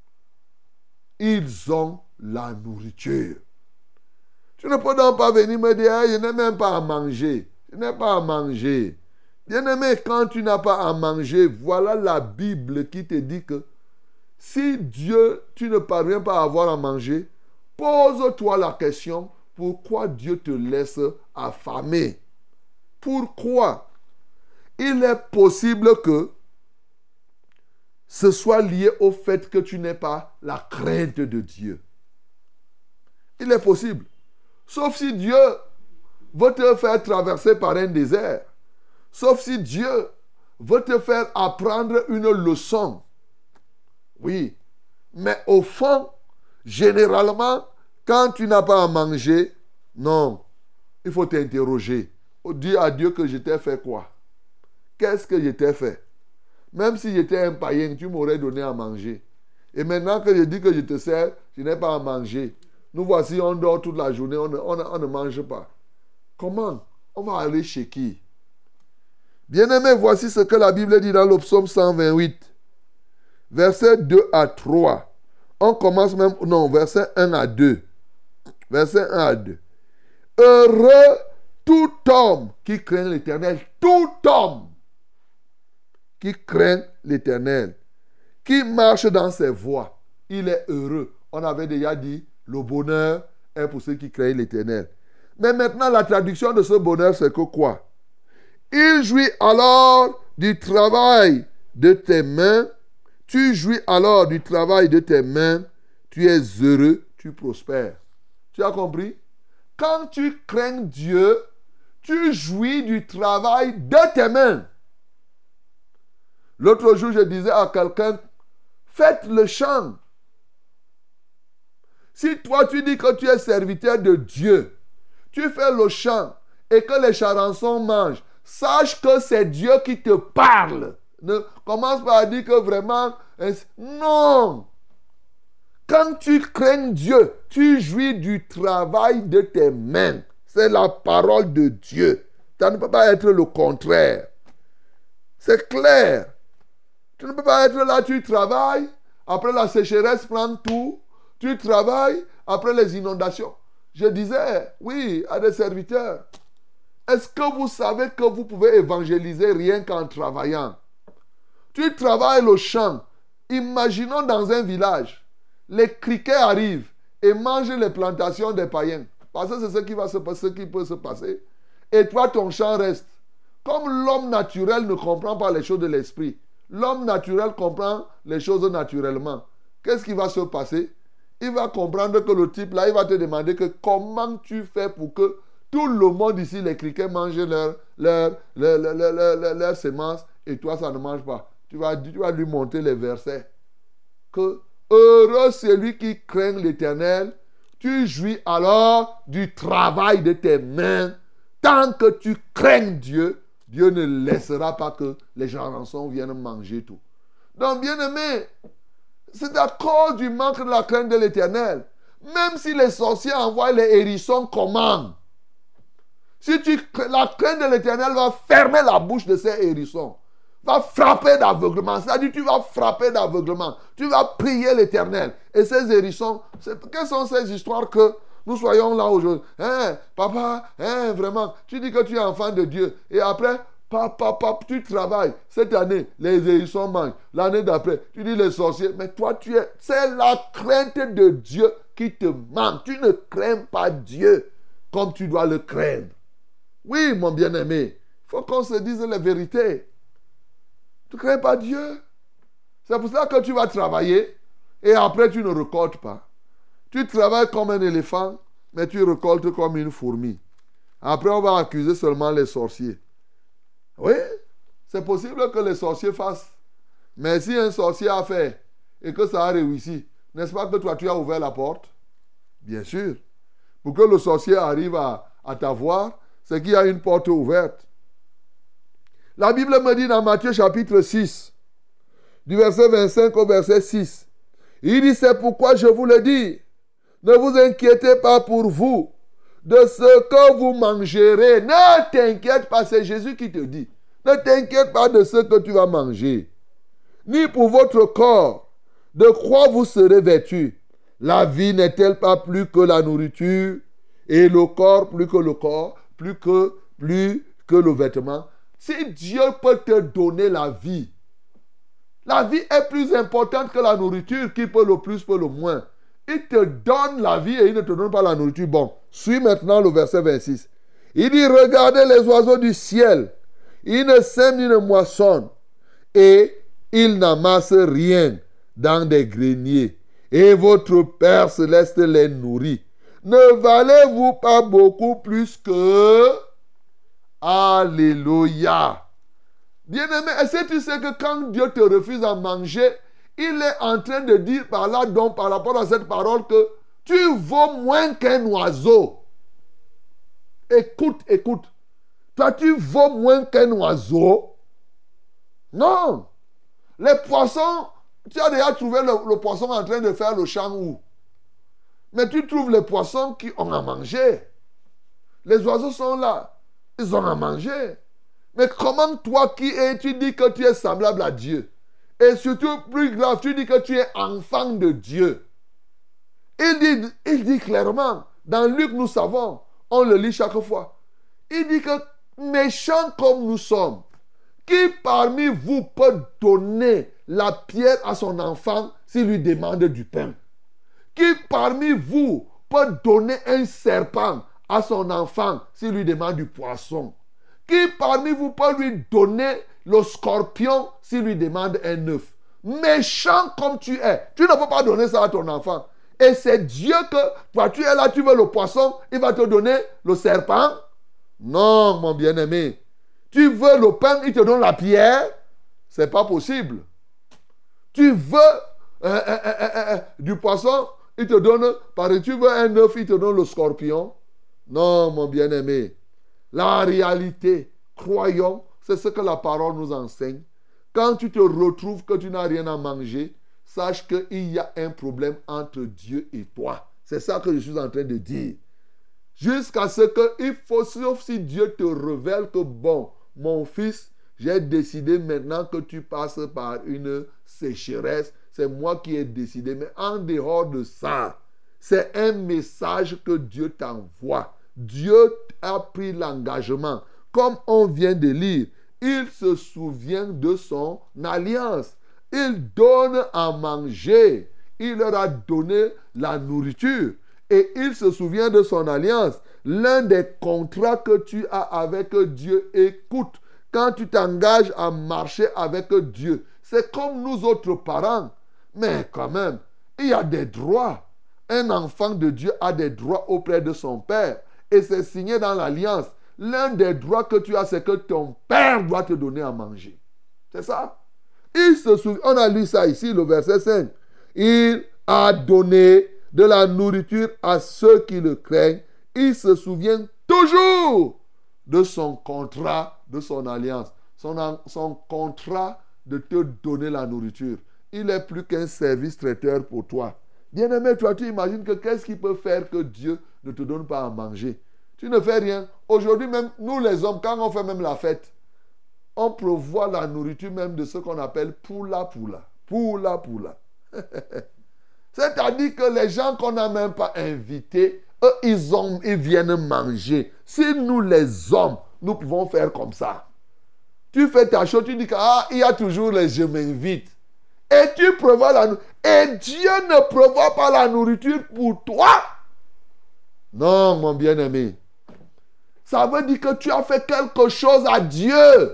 ils ont la nourriture. Tu ne peux donc pas venir me dire, hey, je n'ai même pas à manger. Je n'ai pas à manger. Bien-aimé, quand tu n'as pas à manger, voilà la Bible qui te dit que si Dieu, tu ne parviens pas à avoir à manger, pose-toi la question, pourquoi Dieu te laisse affamer? Pourquoi? Il est possible que ce soit lié au fait que tu n'aies pas la crainte de Dieu. Il est possible. Sauf si Dieu veut te faire traverser par un désert. Sauf si Dieu veut te faire apprendre une leçon. Oui. Mais au fond, généralement, quand tu n'as pas à manger, non, il faut t'interroger. Dis à Dieu que je t'ai fait quoi? Qu'est-ce que je t'ai fait? Même si j'étais un païen, tu m'aurais donné à manger. Et maintenant que je dis que je te sers, je n'ai pas à manger. Nous voici, on dort toute la journée, on ne, on ne, on ne mange pas. Comment? On va aller chez qui? Bien-aimés, voici ce que la Bible dit dans le psaume cent vingt-huit. Versets deux à trois. On commence même... Non, verset un à deux. Verset un à deux. Heureux tout homme qui craint l'Éternel. Tout homme qui craint l'Éternel. Qui marche dans ses voies. Il est heureux. On avait déjà dit, le bonheur est pour ceux qui craignent l'Éternel. Mais maintenant, la traduction de ce bonheur, c'est que quoi? Il jouit alors du travail de tes mains. Tu jouis alors du travail de tes mains. Tu es heureux, tu prospères. Tu as compris? Quand tu crains Dieu, tu jouis du travail de tes mains. L'autre jour, je disais à quelqu'un, faites le chant. Si toi, tu dis que tu es serviteur de Dieu, tu fais le chant et que les charançons mangent, sache que c'est Dieu qui te parle. Ne commence pas à dire que vraiment... Non. Quand tu crains Dieu, tu jouis du travail de tes mains. C'est la parole de Dieu. Ça ne peut pas être le contraire. C'est clair. Tu ne peux pas être là, tu travailles, après la sécheresse prend tout, tu travailles, après les inondations. Je disais, oui, à des serviteurs, est-ce que vous savez que vous pouvez évangéliser rien qu'en travaillant? Tu travailles le champ. Imaginons dans un village, les criquets arrivent et mangent les plantations des païens. Parce que c'est ce qui va se passer, ce qui peut se passer. Et toi, ton champ reste. Comme l'homme naturel ne comprend pas les choses de l'esprit, l'homme naturel comprend les choses naturellement. Qu'est-ce qui va se passer? Il va comprendre que le type là, il va te demander que comment tu fais pour que tout le monde ici, les criquets, mangent leurs leur, leur, leur, leur, leur, leur, leur semences et toi, ça ne mange pas. Tu vas, tu vas lui monter les versets. Que heureux celui qui craint l'Éternel, tu jouis alors du travail de tes mains. Tant que tu crains Dieu, Dieu ne laissera pas que les charançons viennent manger tout. Donc, bien-aimé, c'est à cause du manque de la crainte de l'Éternel. Même si les sorciers envoient les hérissons, comment? Si tu, la crainte de l'Éternel va fermer la bouche de ces hérissons, va frapper d'aveuglement. C'est-à-dire, tu vas frapper d'aveuglement. Tu vas prier l'Éternel. Et ces hérissons, quelles sont ces histoires que nous soyons là aujourd'hui? Hein, papa, hein, vraiment, tu dis que tu es enfant de Dieu. Et après, papa, papa, tu travailles. Cette année, les hérissons mangent. L'année d'après, tu dis les sorciers. Mais toi, tu es... C'est la crainte de Dieu qui te manque. Tu ne crains pas Dieu comme tu dois le craindre. Oui, mon bien-aimé, il faut qu'on se dise la vérité. Tu ne crains pas Dieu. C'est pour ça que tu vas travailler et après tu ne récoltes pas. Tu travailles comme un éléphant, mais tu récoltes comme une fourmi. Après, on va accuser seulement les sorciers. Oui, c'est possible que les sorciers fassent. Mais si un sorcier a fait et que ça a réussi, n'est-ce pas que toi, tu as ouvert la porte? Bien sûr. Pour que le sorcier arrive à, à t'avoir, c'est qu'il y a une porte ouverte. La Bible me dit dans Matthieu chapitre six, du verset vingt-cinq au verset six, il dit, c'est pourquoi je vous le dis, ne vous inquiétez pas pour vous de ce que vous mangerez. Ne t'inquiète pas, c'est Jésus qui te dit. Ne t'inquiète pas de ce que tu vas manger. Ni pour votre corps, de quoi vous serez vêtus. La vie n'est-elle pas plus que la nourriture et le corps plus que le corps, plus que, plus que le vêtement? Si Dieu peut te donner la vie, la vie est plus importante que la nourriture, qui peut le plus, peut le moins. Il te donne la vie et il ne te donne pas la nourriture. Bon, suis maintenant le verset vingt-six. Il dit, regardez les oiseaux du ciel. Ils ne sèment ni ne moissonnent et ils n'amassent rien dans des greniers. Et votre Père céleste les nourrit. Ne valez-vous pas beaucoup plus que... Alléluia. Bien-aimé, est-ce que tu sais que quand Dieu te refuse à manger, il est en train de dire par là, donc par rapport à cette parole, que tu vaux moins qu'un oiseau. Écoute, écoute. Toi, tu vaux moins qu'un oiseau? Non. Les poissons, tu as déjà trouvé le, le poisson en train de faire le champ où? Mais tu trouves les poissons qui ont à manger. Les oiseaux sont là. Ils ont à manger. Mais comment toi qui es, tu dis que tu es semblable à Dieu? Et surtout, plus grave, tu dis que tu es enfant de Dieu. Il dit, il dit clairement, dans Luc, nous savons, on le lit chaque fois. Il dit que, méchants comme nous sommes, qui parmi vous peut donner la pierre à son enfant s'il lui demande du pain? Qui parmi vous peut donner un serpent à son enfant s'il lui demande du poisson? Qui parmi vous peut lui donner le scorpion s'il lui demande un œuf? Méchant comme tu es, tu ne peux pas donner ça à ton enfant. Et c'est Dieu que, toi tu es là, tu veux le poisson, il va te donner le serpent? Non, mon bien-aimé. Tu veux le pain, il te donne la pierre? C'est pas possible. Tu veux euh, euh, euh, euh, du poisson, il te donne, pareil, tu veux un œuf, il te donne le scorpion? Non, mon bien-aimé. La réalité, croyons, c'est ce que la parole nous enseigne. Quand tu te retrouves que tu n'as rien à manger, sache qu'il y a un problème entre Dieu et toi. C'est ça que je suis en train de dire. Jusqu'à ce que, il faut, sauf si Dieu te révèle que, bon, mon fils, j'ai décidé maintenant que tu passes par une sécheresse. C'est moi qui ai décidé. Mais en dehors de ça, c'est un message que Dieu t'envoie. Dieu a pris l'engagement. Comme on vient de lire, il se souvient de son alliance. Il donne à manger. Il leur a donné la nourriture. Et il se souvient de son alliance. L'un des contrats que tu as avec Dieu, écoute, quand tu t'engages à marcher avec Dieu, c'est comme nous autres parents. Mais quand même, il y a des droits. Un enfant de Dieu a des droits auprès de son père. Et c'est signé dans l'alliance. L'un des droits que tu as, c'est que ton père doit te donner à manger. C'est ça. Il se souvient, on a lu ça ici, le verset cinq. Il a donné de la nourriture à ceux qui le craignent. Il se souvient toujours de son contrat, de son alliance. Son, son contrat de te donner la nourriture. Il n'est plus qu'un service traiteur pour toi. Bien-aimé, toi, tu imagines que qu'est-ce qui peut faire que Dieu ne te donne pas à manger? Tu ne fais rien. Aujourd'hui même, nous les hommes, quand on fait même la fête, on prévoit la nourriture même de ce qu'on appelle poula poula. Poula poula. C'est-à-dire que les gens qu'on n'a même pas invités, eux, ils, ont, ils viennent manger. Si nous les hommes, nous pouvons faire comme ça. Tu fais ta chose, tu dis que ah, il y a toujours les je m'invite. Et tu prévois la nourriture. Et Dieu ne prévoit pas la nourriture pour toi. Non, mon bien-aimé. Ça veut dire que tu as fait quelque chose à Dieu.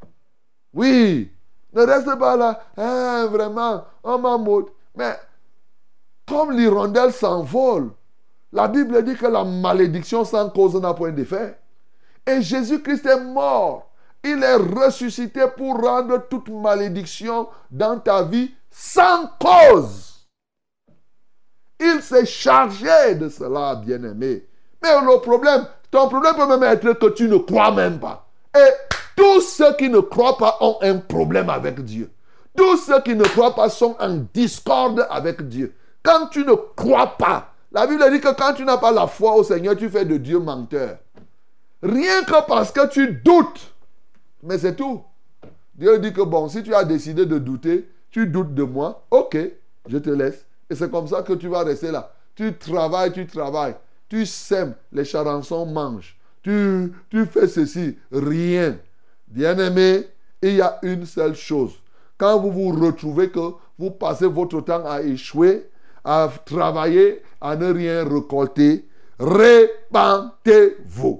Oui. Ne reste pas là. Hein, vraiment, on m'a maudit. Mais comme l'hirondelle s'envole, la Bible dit que la malédiction sans cause n'a point d'effet. Et Jésus-Christ est mort. Il est ressuscité pour rendre toute malédiction dans ta vie sans cause. Il s'est chargé de cela, bien-aimé. Mais le problème, ton problème peut même être que tu ne crois même pas. Et tous ceux qui ne croient pas ont un problème avec Dieu. Tous ceux qui ne croient pas sont en discorde avec Dieu. Quand tu ne crois pas, la Bible dit que quand tu n'as pas la foi au Seigneur, tu fais de Dieu menteur. Rien que parce que tu doutes. Mais c'est tout. Dieu dit que bon, si tu as décidé de douter, tu doutes de moi, ok, je te laisse. Et c'est comme ça que tu vas rester là. Tu travailles, tu travailles. Tu sèmes, les charançons mangent. Tu, tu fais ceci, rien. Bien-aimé, il y a une seule chose. Quand vous vous retrouvez que vous passez votre temps à échouer, à travailler, à ne rien récolter, répentez-vous.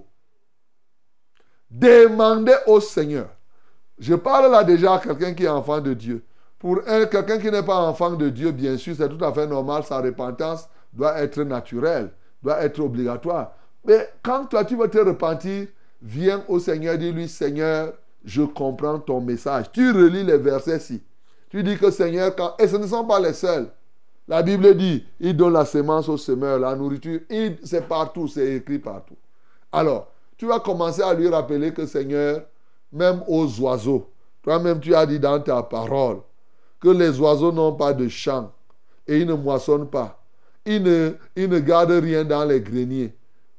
Demandez au Seigneur. Je parle là déjà à quelqu'un qui est enfant de Dieu. Pour un, quelqu'un qui n'est pas enfant de Dieu, bien sûr, c'est tout à fait normal. Sa repentance doit être naturelle, doit être obligatoire. Mais quand toi, tu veux te repentir, viens au Seigneur, dis-lui, Seigneur, je comprends ton message. Tu relis les versets-ci. Tu dis que Seigneur, quand... et ce ne sont pas les seuls. La Bible dit, il donne la semence au semeur, la nourriture, il... c'est partout, c'est écrit partout. Alors, tu vas commencer à lui rappeler que Seigneur, même aux oiseaux, toi-même tu as dit dans ta parole, que les oiseaux n'ont pas de champ et ils ne moissonnent pas. Ils ne, ils ne gardent rien dans les greniers.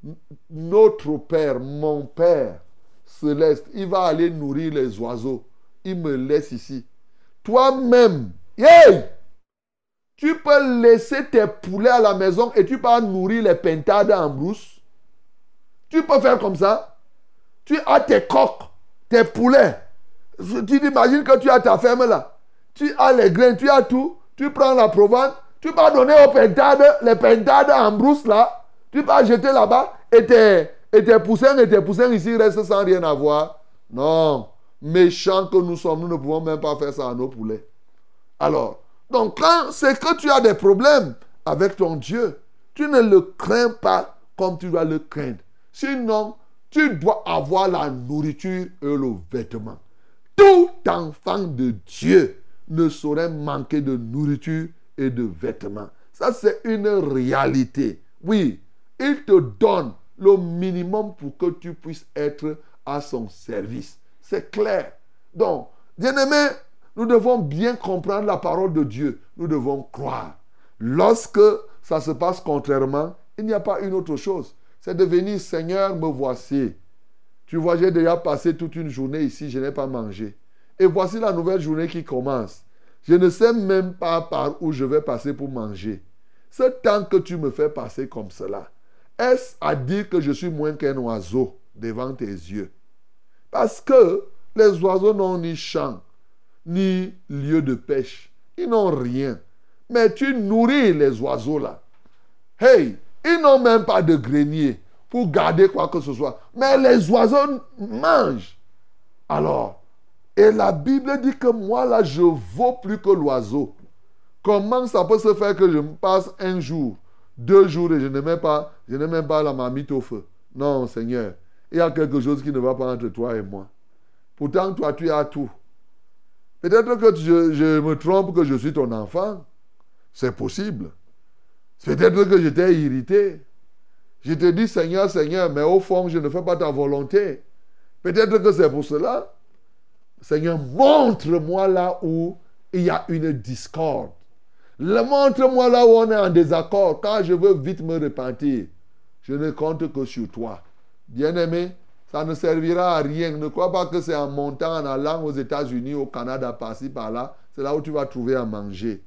Notre Père, mon Père céleste, il va aller nourrir les oiseaux. Il me laisse ici. Toi-même, hey, tu peux laisser tes poulets à la maison et tu peux nourrir les pintades en brousse. Tu peux faire comme ça. Tu as tes coqs, tes poulets. Tu t'imagines que tu as ta ferme là. Tu as les grains, tu as tout. Tu prends la provence. Tu vas donner aux pintades, les pintades en brousse là. Tu vas jeter là-bas et tes, et tes poussins et tes poussins ici restent sans rien avoir. Non. Méchants que nous sommes, nous ne pouvons même pas faire ça à nos poulets. Alors, donc quand c'est que tu as des problèmes avec ton Dieu, tu ne le crains pas comme tu dois le craindre. Sinon, tu dois avoir la nourriture et le vêtement. Tout enfant de Dieu ne saurait manquer de nourriture et de vêtements. Ça, c'est une réalité. Oui, il te donne le minimum pour que tu puisses être à son service. C'est clair. Donc, bien-aimés, nous devons bien comprendre la parole de Dieu. Nous devons croire. Lorsque ça se passe contrairement, il n'y a pas une autre chose. C'est de venir, Seigneur, me voici. Tu vois, j'ai déjà passé toute une journée ici, je n'ai pas mangé. Et voici la nouvelle journée qui commence. Je ne sais même pas par où je vais passer pour manger. Ce temps que tu me fais passer comme cela, est-ce à dire que je suis moins qu'un oiseau devant tes yeux? Parce que les oiseaux n'ont ni champ, ni lieu de pêche. Ils n'ont rien. Mais tu nourris les oiseaux là. Hey, ils n'ont même pas de grenier pour garder quoi que ce soit. Mais les oiseaux mangent. Alors, et la Bible dit que moi là, je vaux plus que l'oiseau. Comment ça peut se faire que je me passe un jour, deux jours et je n'ai même pas, je n'ai même pas la marmite au feu? Non, Seigneur, il y a quelque chose qui ne va pas entre toi et moi. Pourtant, toi, tu as tout. Peut-être que je, je me trompe que je suis ton enfant. C'est possible. Peut-être que je t'ai irrité. Je te dis, Seigneur, Seigneur, mais au fond, je ne fais pas ta volonté. Peut-être que c'est pour cela. Seigneur, montre-moi là où il y a une discorde. Montre-moi là où on est en désaccord. Quand je veux vite me repentir, je ne compte que sur toi. Bien-aimé, ça ne servira à rien. Ne crois pas que c'est en montant, en allant aux États-Unis, au Canada, par-ci, par-là. C'est là où tu vas trouver à manger.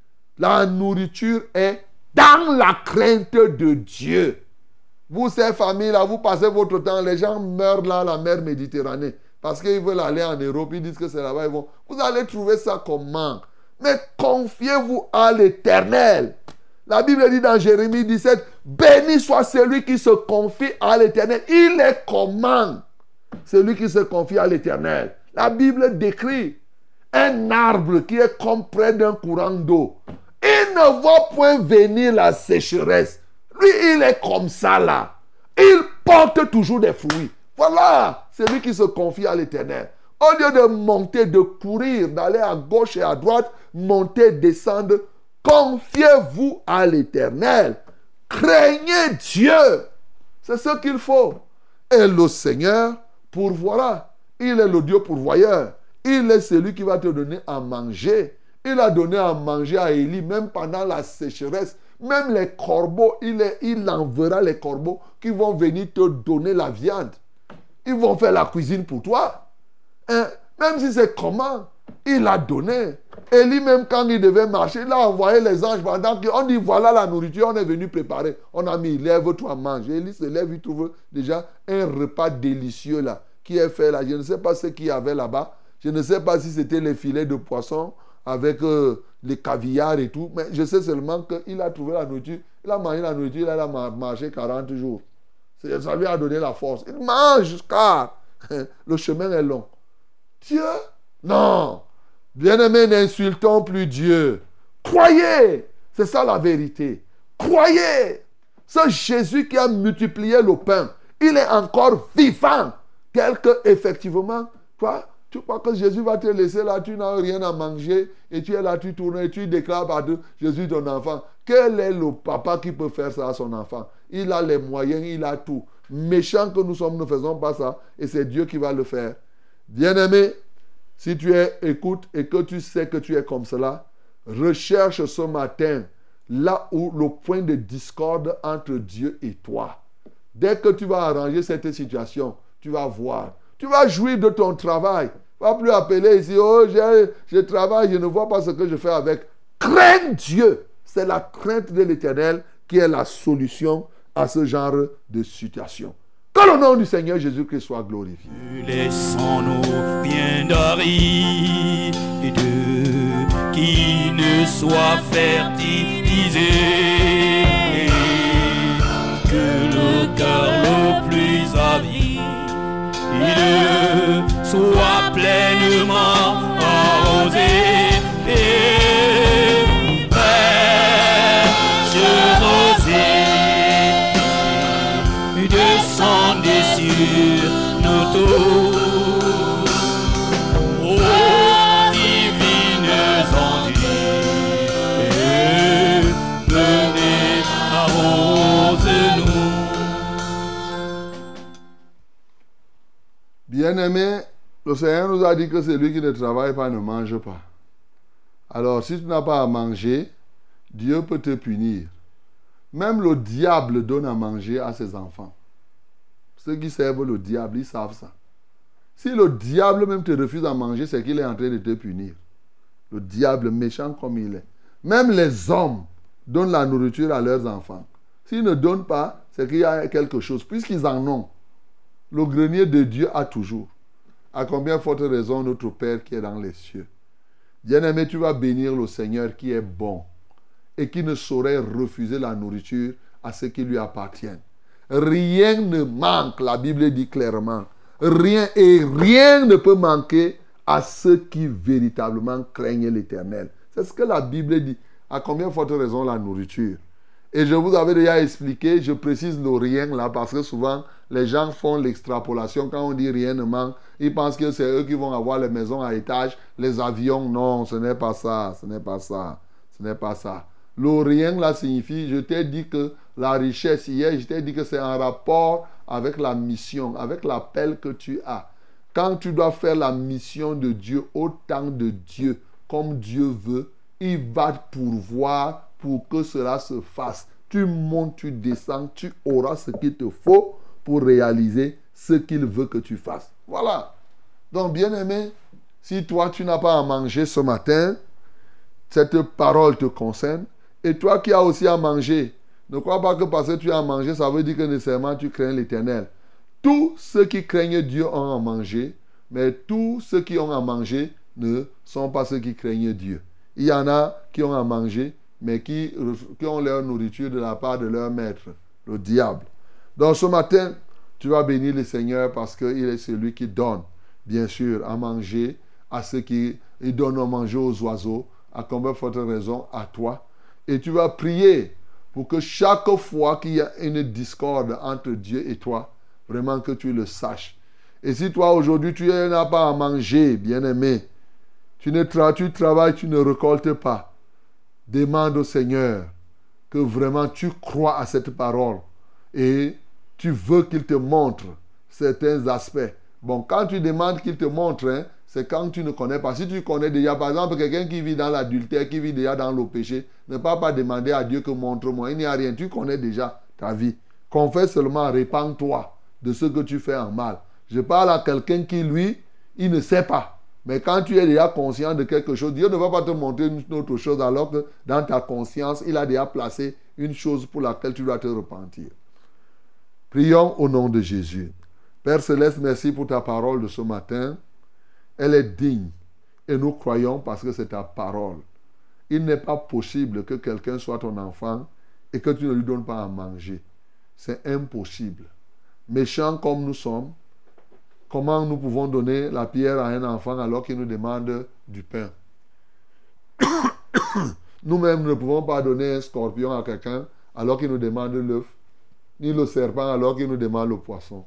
La nourriture est dans la crainte de Dieu. Vous, ces familles-là, vous passez votre temps, les gens meurent là à la mer Méditerranée parce qu'ils veulent aller en Europe, ils disent que c'est là-bas, ils vont. Vous allez trouver ça comment? Mais confiez-vous à l'Éternel. La Bible dit dans Jérémie dix-sept, béni soit celui qui se confie à l'Éternel. Il est comment? Celui qui se confie à l'Éternel. La Bible décrit un arbre qui est comme près d'un courant d'eau. Il ne voit point venir la sécheresse. Lui, il est comme ça là. Il porte toujours des fruits. Voilà, celui qui se confie à l'Éternel. Au lieu de monter, de courir, d'aller à gauche et à droite, monter, descendre, confiez-vous à l'Éternel. Craignez Dieu. C'est ce qu'il faut. Et le Seigneur pourvoira. Il est le Dieu pourvoyeur. Il est celui qui va te donner à manger. Il a donné à manger à Élie, même pendant la sécheresse. Même les corbeaux, il, est, il enverra les corbeaux qui vont venir te donner la viande. Ils vont faire la cuisine pour toi. Hein? Même si c'est comment, il a donné. Élie, même quand il devait marcher, il a envoyé les anges pendant qu'on dit voilà la nourriture, on est venu préparer. On a mis, lève-toi, mange. Élie se lève, il trouve déjà un repas délicieux là, qui est fait là. Je ne sais pas ce qu'il y avait là-bas. Je ne sais pas si c'était les filets de poisson avec euh, les caviars et tout. Mais je sais seulement qu'il a trouvé la nourriture. Il a mangé la nourriture, il a marché quarante jours. Ça lui a donné la force. Il mange car le chemin est long. Dieu, non. Bien-aimés, n'insultons plus Dieu. Croyez. C'est ça la vérité. Croyez. Ce Jésus qui a multiplié le pain, il est encore vivant. Quelque, effectivement, toi, tu crois que Jésus va te laisser là, tu n'as rien à manger, et tu es là, tu tournes, et tu déclares par Dieu, Jésus ton enfant. Quel est le papa qui peut faire ça à son enfant? Il a les moyens, il a tout. Méchants que nous sommes, ne faisons pas ça, et c'est Dieu qui va le faire. Bien-aimé, si tu es, écoute, et que tu sais que tu es comme cela, recherche ce matin là où le point de discorde entre Dieu et toi. Dès que tu vas arranger cette situation, tu vas voir. Tu vas jouir de ton travail. Tu ne vas plus appeler ici, oh, je, je travaille, je ne vois pas ce que je fais avec. Crains Dieu. C'est la crainte de l'Éternel qui est la solution à ce genre de situation. Que le nom du Seigneur Jésus-Christ soit glorifié. Laissons-nous bien d'Ari qui ne soit fertilisé, que le cœur le plus avide il soit pleinement arrosé. Descendez sur nos tours, ô divines ondes, venez arrose-nous. Bien-aimé, le Seigneur nous a dit que celui qui ne travaille pas ne mange pas. Alors, si tu n'as pas à manger, Dieu peut te punir. Même le diable donne à manger à ses enfants. Ceux qui servent le diable, ils savent ça. Si le diable même te refuse à manger, c'est qu'il est en train de te punir. Le diable méchant comme il est. Même les hommes donnent la nourriture à leurs enfants. S'ils ne donnent pas, c'est qu'il y a quelque chose. Puisqu'ils en ont, le grenier de Dieu a toujours. À combien forte raison notre Père qui est dans les cieux. Bien-aimé, tu vas bénir le Seigneur qui est bon et qui ne saurait refuser la nourriture à ceux qui lui appartiennent. Rien ne manque, la Bible dit clairement. Rien et rien ne peut manquer à ceux qui véritablement craignent l'Éternel. C'est ce que la Bible dit. À combien forte raison la nourriture? Et je vous avais déjà expliqué, je précise le rien là, parce que souvent les gens font l'extrapolation. Quand on dit rien ne manque, ils pensent que c'est eux qui vont avoir les maisons à étage, les avions. Non, ce n'est pas ça, ce n'est pas ça, ce n'est pas ça. Le rien là signifie, je t'ai dit que la richesse hier, je t'ai dit que c'est en rapport avec la mission, avec l'appel que tu as. Quand tu dois faire la mission de Dieu au temps de Dieu, comme Dieu veut, il va pourvoir pour que cela se fasse. Tu montes, tu descends, tu auras ce qu'il te faut pour réaliser ce qu'il veut que tu fasses. Voilà. Donc, bien-aimé, si toi, tu n'as pas à manger ce matin, cette parole te concerne. Et toi qui as aussi à manger, ne crois pas que parce que tu as à manger, ça veut dire que nécessairement tu crains l'Éternel. Tous ceux qui craignent Dieu ont à manger, mais tous ceux qui ont à manger ne sont pas ceux qui craignent Dieu. Il y en a qui ont à manger, mais qui, qui ont leur nourriture de la part de leur maître, le diable. Donc ce matin, tu vas bénir le Seigneur parce qu'il est celui qui donne, bien sûr, à manger à ceux qui... Il donne à manger aux oiseaux, à combien forte raison à toi. Et tu vas prier pour que chaque fois qu'il y a une discorde entre Dieu et toi, vraiment que tu le saches. Et si toi aujourd'hui tu n'as pas à manger, bien-aimé, tu, ne tra- tu travailles, tu ne récoltes pas, demande au Seigneur que vraiment tu crois à cette parole et tu veux qu'il te montre certains aspects. Bon, quand tu demandes qu'il te montre, hein, c'est quand tu ne connais pas. Si tu connais déjà, par exemple, quelqu'un qui vit dans l'adultère, qui vit déjà dans le péché, ne peut pas demander à Dieu que montre-moi. Il n'y a rien. Tu connais déjà ta vie. Confesse seulement, répands-toi de ce que tu fais en mal. Je parle à quelqu'un qui, lui, il ne sait pas. Mais quand tu es déjà conscient de quelque chose, Dieu ne va pas te montrer une autre chose alors que dans ta conscience, il a déjà placé une chose pour laquelle tu dois te repentir. Prions au nom de Jésus. Père Céleste, merci pour ta parole de ce matin. Elle est digne et nous croyons parce que c'est ta parole. Il n'est pas possible que quelqu'un soit ton enfant et que tu ne lui donnes pas à manger. C'est impossible. Méchants comme nous sommes, comment nous pouvons donner la pierre à un enfant alors qu'il nous demande du pain? Nous-mêmes ne pouvons pas donner un scorpion à quelqu'un alors qu'il nous demande l'œuf, ni le serpent alors qu'il nous demande le poisson.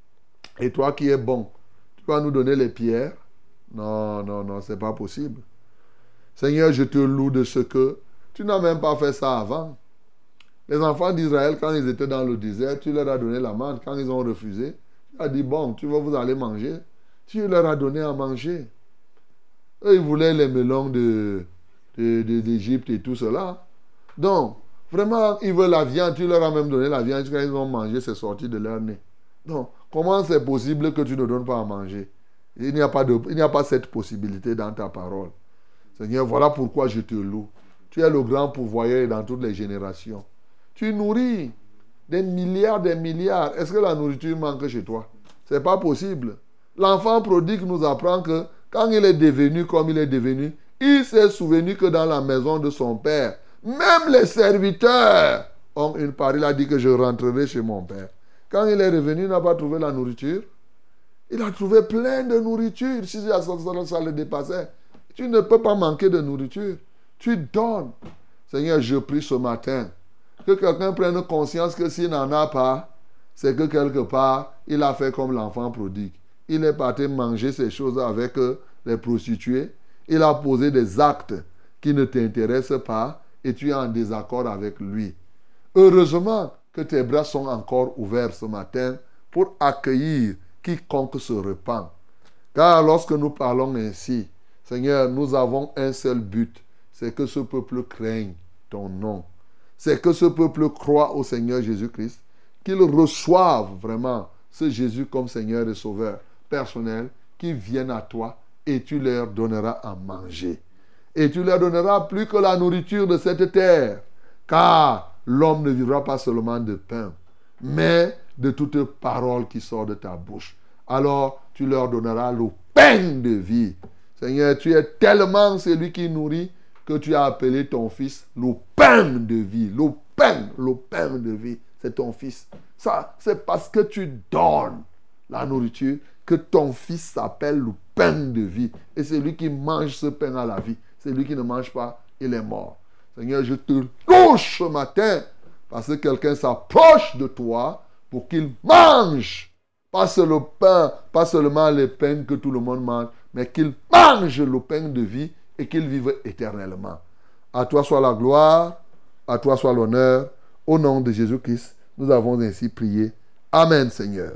Et toi qui es bon, tu vas nous donner les pierres? Non, non, non, c'est pas possible. Seigneur, je te loue de ce que tu n'as même pas fait ça avant. Les enfants d'Israël, quand ils étaient dans le désert, tu leur as donné la manne. Quand ils ont refusé, tu as dit, bon, tu vas vous aller manger. Tu leur as donné à manger. Eux, ils voulaient les melons de, de, de, d'Égypte et tout cela. Donc, vraiment, ils veulent la viande. Tu leur as même donné la viande. Quand ils ont mangé, c'est sorti de leur nez. Donc, comment c'est possible que tu ne donnes pas à manger? Il n'y a pas de, il n'y a pas cette possibilité dans ta parole. Seigneur, voilà pourquoi je te loue. Tu es le grand pourvoyeur dans toutes les générations. Tu nourris des milliards, des milliards. Est-ce que la nourriture manque chez toi? Ce n'est pas possible. L'enfant prodigue nous apprend que quand il est devenu comme il est devenu, il s'est souvenu que dans la maison de son père, même les serviteurs ont une part. Il a dit que je rentrerai chez mon père. Quand il est revenu, il n'a pas trouvé la nourriture. Il a trouvé plein de nourriture. Si ça, ça, ça le dépassait, tu ne peux pas manquer de nourriture. Tu donnes. Seigneur, je prie ce matin que quelqu'un prenne conscience que s'il n'en a pas, c'est que quelque part, il a fait comme l'enfant prodigue. Il est parti manger ces choses avec les prostituées. Il a posé des actes qui ne t'intéressent pas et tu es en désaccord avec lui. Heureusement que tes bras sont encore ouverts ce matin pour accueillir quiconque se repent. Car lorsque nous parlons ainsi, Seigneur, nous avons un seul but, c'est que ce peuple craigne ton nom. C'est que ce peuple croit au Seigneur Jésus-Christ, qu'ils reçoivent vraiment ce Jésus comme Seigneur et Sauveur personnel, qu'ils viennent à toi et tu leur donneras à manger. Et tu leur donneras plus que la nourriture de cette terre, car l'homme ne vivra pas seulement de pain, mais de toute parole qui sort de ta bouche. Alors tu leur donneras le pain de vie. Seigneur, tu es tellement celui qui nourrit que tu as appelé ton fils le pain de vie. Le pain, le pain de vie, c'est ton fils. Ça, c'est parce que tu donnes la nourriture que ton fils s'appelle le pain de vie. Et c'est lui qui mange ce pain à la vie. C'est lui qui ne mange pas, il est mort. Seigneur, je te touche ce matin parce que quelqu'un s'approche de toi pour qu'il mange. Pas seulement le pain, pas seulement les pains que tout le monde mange, mais qu'il mange le pain de vie et qu'il vive éternellement. À toi soit la gloire, à toi soit l'honneur. Au nom de Jésus-Christ, nous avons ainsi prié. Amen, Seigneur.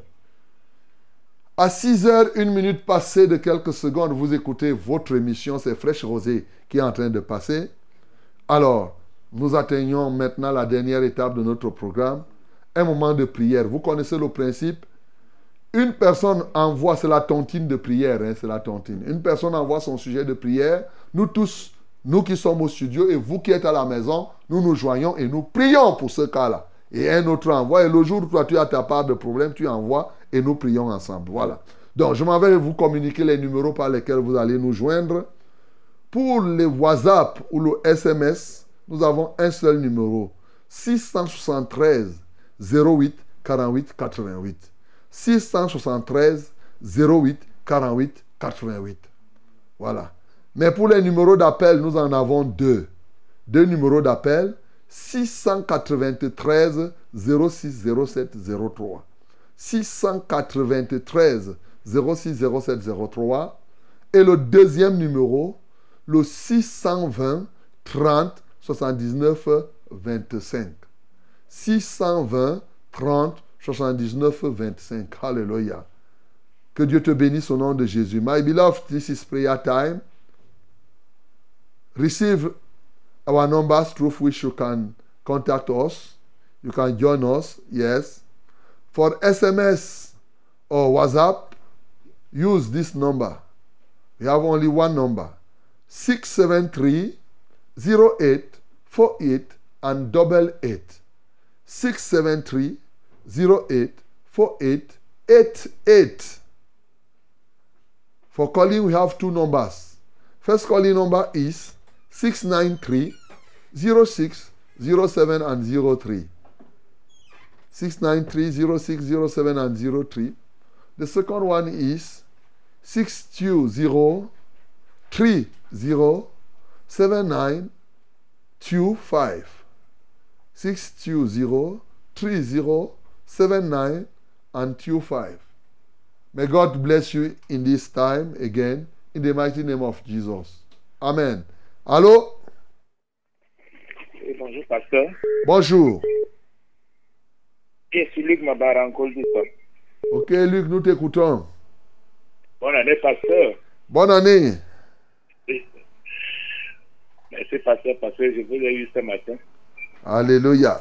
À six heures, une minute passée de quelques secondes, vous écoutez votre émission, c'est Fraîche Rosée qui est en train de passer. Alors, nous atteignons maintenant la dernière étape de notre programme, un moment de prière. Vous connaissez le principe? Une personne envoie, c'est la tontine de prière, hein, c'est la tontine. Une personne envoie son sujet de prière. Nous tous, nous qui sommes au studio et vous qui êtes à la maison, nous nous joignons et nous prions pour ce cas-là. Et un autre envoie. Et le jour où toi tu as ta part de problème, tu envoies et nous prions ensemble. Voilà. Donc, je m'en vais vous communiquer les numéros par lesquels vous allez nous joindre. Pour les WhatsApp ou le S M S, nous avons un seul numéro. six cent soixante-treize zéro huit quarante-huit quatre-vingt-huit. six cent soixante-treize zéro huit quarante-huit quatre-vingt-huit. Voilà. Mais pour les numéros d'appel, nous en avons deux. Deux numéros d'appel. six cent quatre-vingt-treize zéro six zéro sept zéro trois. six cent quatre-vingt-treize zéro six zéro sept zéro trois. Et le deuxième numéro, le six cent vingt trente soixante-dix-neuf vingt-cinq. six cent vingt trente soixante-dix-neuf vingt-cinq. Alléluia. Que Dieu te bénisse au nom de Jésus. My beloved, this is prayer time. Receive our numbers through which you can contact us. You can join us, yes. For S M S or WhatsApp, use this number. We have only one number. six seven three, zero eight, four eight and double eight. six seven three, zero eight, four eight, eight eight. For calling, we have two numbers. First calling number is six nine three, zero six, zero seven and zero three. six nine three, zero six, zero seven and zero three. The second one is six two zero, three zero, seven nine two five. six two zero, three zero, seven nine and two five. May God bless you in this time again, in the mighty name of Jesus. Amen. Allô? Oui, bonjour, pasteur. Bonjour. Je suis Luc Mabara en Côte-d'Ivoire. Ok, Luc, nous t'écoutons. Bonne année, pasteur. Bonne année. Merci, pasteur, parce que je vous ai eu ce matin. Alléluia.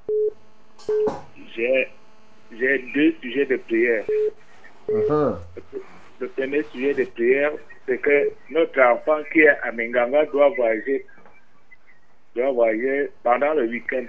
J'ai, j'ai deux sujets de prière. Uh-huh. Le premier sujet de prière, c'est que notre enfant qui est à Menganga doit voyager, doit voyager pendant le week-end.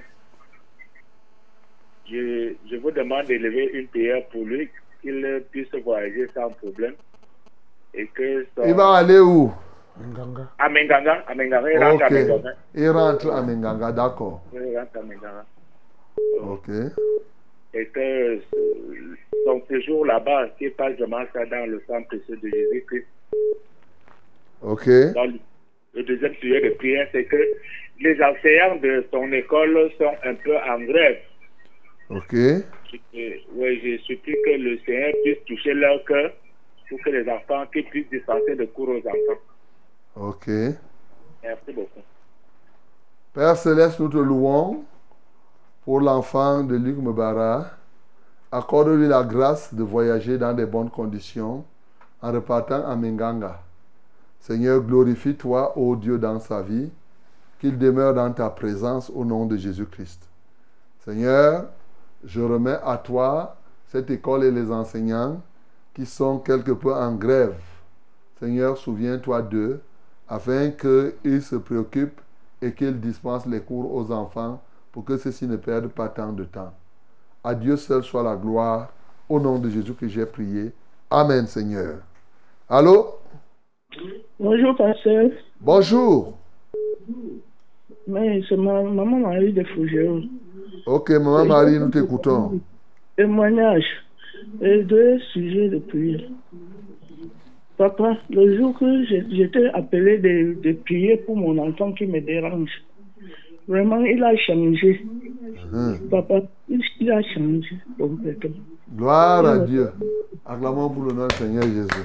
Je, je vous demande d'élever une prière pour lui, qu'il puisse voyager sans problème. Et que son... Il va aller où? À Menganga. À Menganga. Il rentre Ok. à Menganga. Il rentre à Menganga, d'accord. Il rentre à Menganga. Ok. Et que son séjour là-bas, qu'il passe vraiment ça dans le sang précieux de Jésus-Christ. Ok. Dans le, le deuxième sujet de prière, c'est que les enseignants de son école sont un peu en grève. Ok. Et, oui, je supplie que le Seigneur puisse toucher leur cœur pour que les enfants qu'ils puissent dispenser de cours aux enfants. Ok. Merci beaucoup. Père Céleste, nous te louons pour l'enfant de Luc Mbara. Accorde-lui la grâce de voyager dans de bonnes conditions en repartant à Menganga. Seigneur, glorifie-toi, ô Dieu, dans sa vie, qu'il demeure dans ta présence au nom de Jésus-Christ. Seigneur, je remets à toi cette école et les enseignants qui sont quelque peu en grève. Seigneur, souviens-toi d'eux afin qu'ils se préoccupent et qu'ils dispensent les cours aux enfants pour que ceux-ci ne perdent pas tant de temps. À Dieu seul soit la gloire. Au nom de Jésus que j'ai prié. Amen, Seigneur. Allô? Bonjour, pasteur. Bonjour. Mais c'est ma maman Marie de Fougères. Ok, maman Marie, nous t'écoutons. Témoignage et deux sujets de prière. Papa, le jour que j'ai- j'étais appelé de, de prier pour mon enfant qui me dérange, vraiment, il a changé. Hum. Papa, il, il a changé complètement. Gloire à Dieu. Acclamons pour le nom du Seigneur Jésus.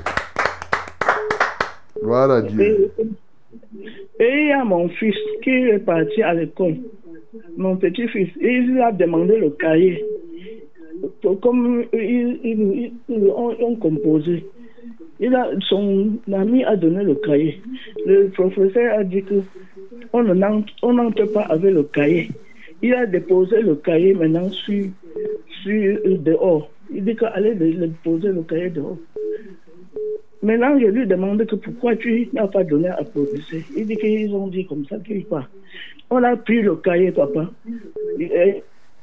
Gloire à Dieu. Et, et il y a mon fils qui est parti à l'école, mon petit-fils, et il lui a demandé le cahier. Comme ils, ils, ils ont, ont composé, il a, son ami a donné le cahier. Le professeur a dit que on n'entre on n'entre pas avec le cahier. Il a déposé le cahier maintenant sur, sur dehors. Il dit qu'allez déposer le cahier dehors. Maintenant, je lui demande que pourquoi tu n'as pas donné à professeur. Il dit qu'ils ont dit comme ça qu'il part. On a pris le cahier, papa. Et,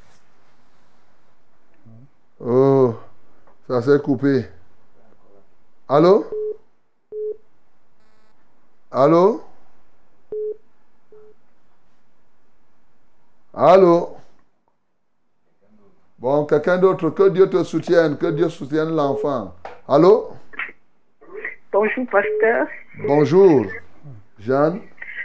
Oh, ça s'est coupé. Allô? Allô? Allô? Bon, quelqu'un d'autre, que Dieu te soutienne, que Dieu soutienne l'enfant. Allô? Bonjour, pasteur. Bonjour, Jeanne.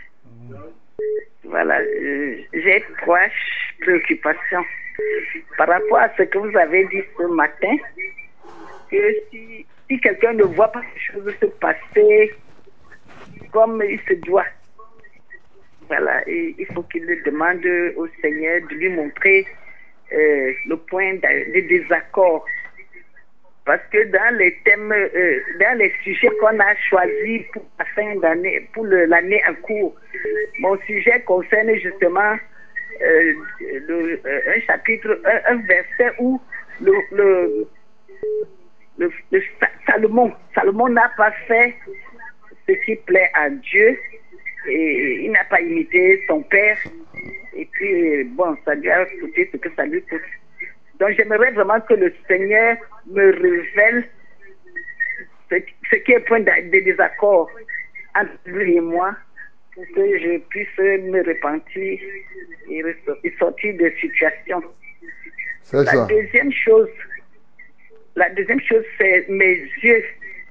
Voilà, euh, j'ai trois préoccupations par rapport à ce que vous avez dit ce matin, que si, si quelqu'un ne voit pas les choses se passer comme il se doit, voilà, et il faut qu'il demande au Seigneur de lui montrer euh, le point de, de désaccord. Parce que dans les thèmes, euh, dans les sujets qu'on a choisis pour la fin d'année, pour le- l'année en cours, mon sujet concerne justement euh, le, euh, un chapitre, un, un verset où le, le, le, le Sa- Salomon, Salomon n'a pas fait ce qui plaît à Dieu. Et il n'a pas imité son père. Et puis, bon, ça lui a coûté ce que ça lui coûte. Donc, j'aimerais vraiment que le Seigneur me révèle ce, ce qui est point de, de désaccord entre lui et moi, pour que je puisse me repentir et, et sortir de situation. C'est La ça. deuxième chose, la deuxième chose, c'est mes yeux.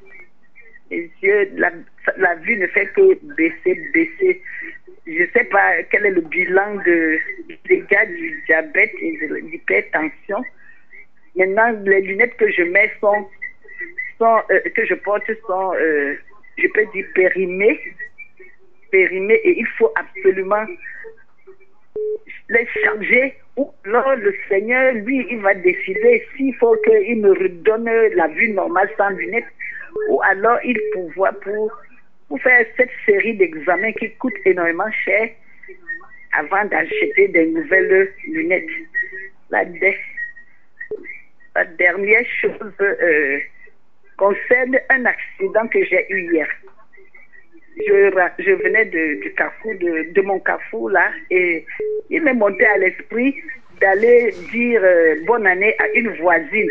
Mes yeux, la, la vue ne fait que baisser, baisser. Je ne sais pas quel est le bilan de, des gars du diabète et de l'hypertension. Maintenant, les lunettes que je mets sont, sont euh, que je porte sont, euh, je peux dire périmées, périmées, et il faut absolument les changer. Ou alors le Seigneur, lui, il va décider s'il faut qu'il me redonne la vue normale sans lunettes, ou alors il pourvoit pour, pour faire cette série d'examens qui coûte énormément cher avant d'acheter des nouvelles lunettes. La, de, la dernière chose euh, concerne un accident que j'ai eu hier. Je, je venais de, du carrefour, de, de mon carrefour là, et il m'est monté à l'esprit d'aller dire euh, bonne année à une voisine.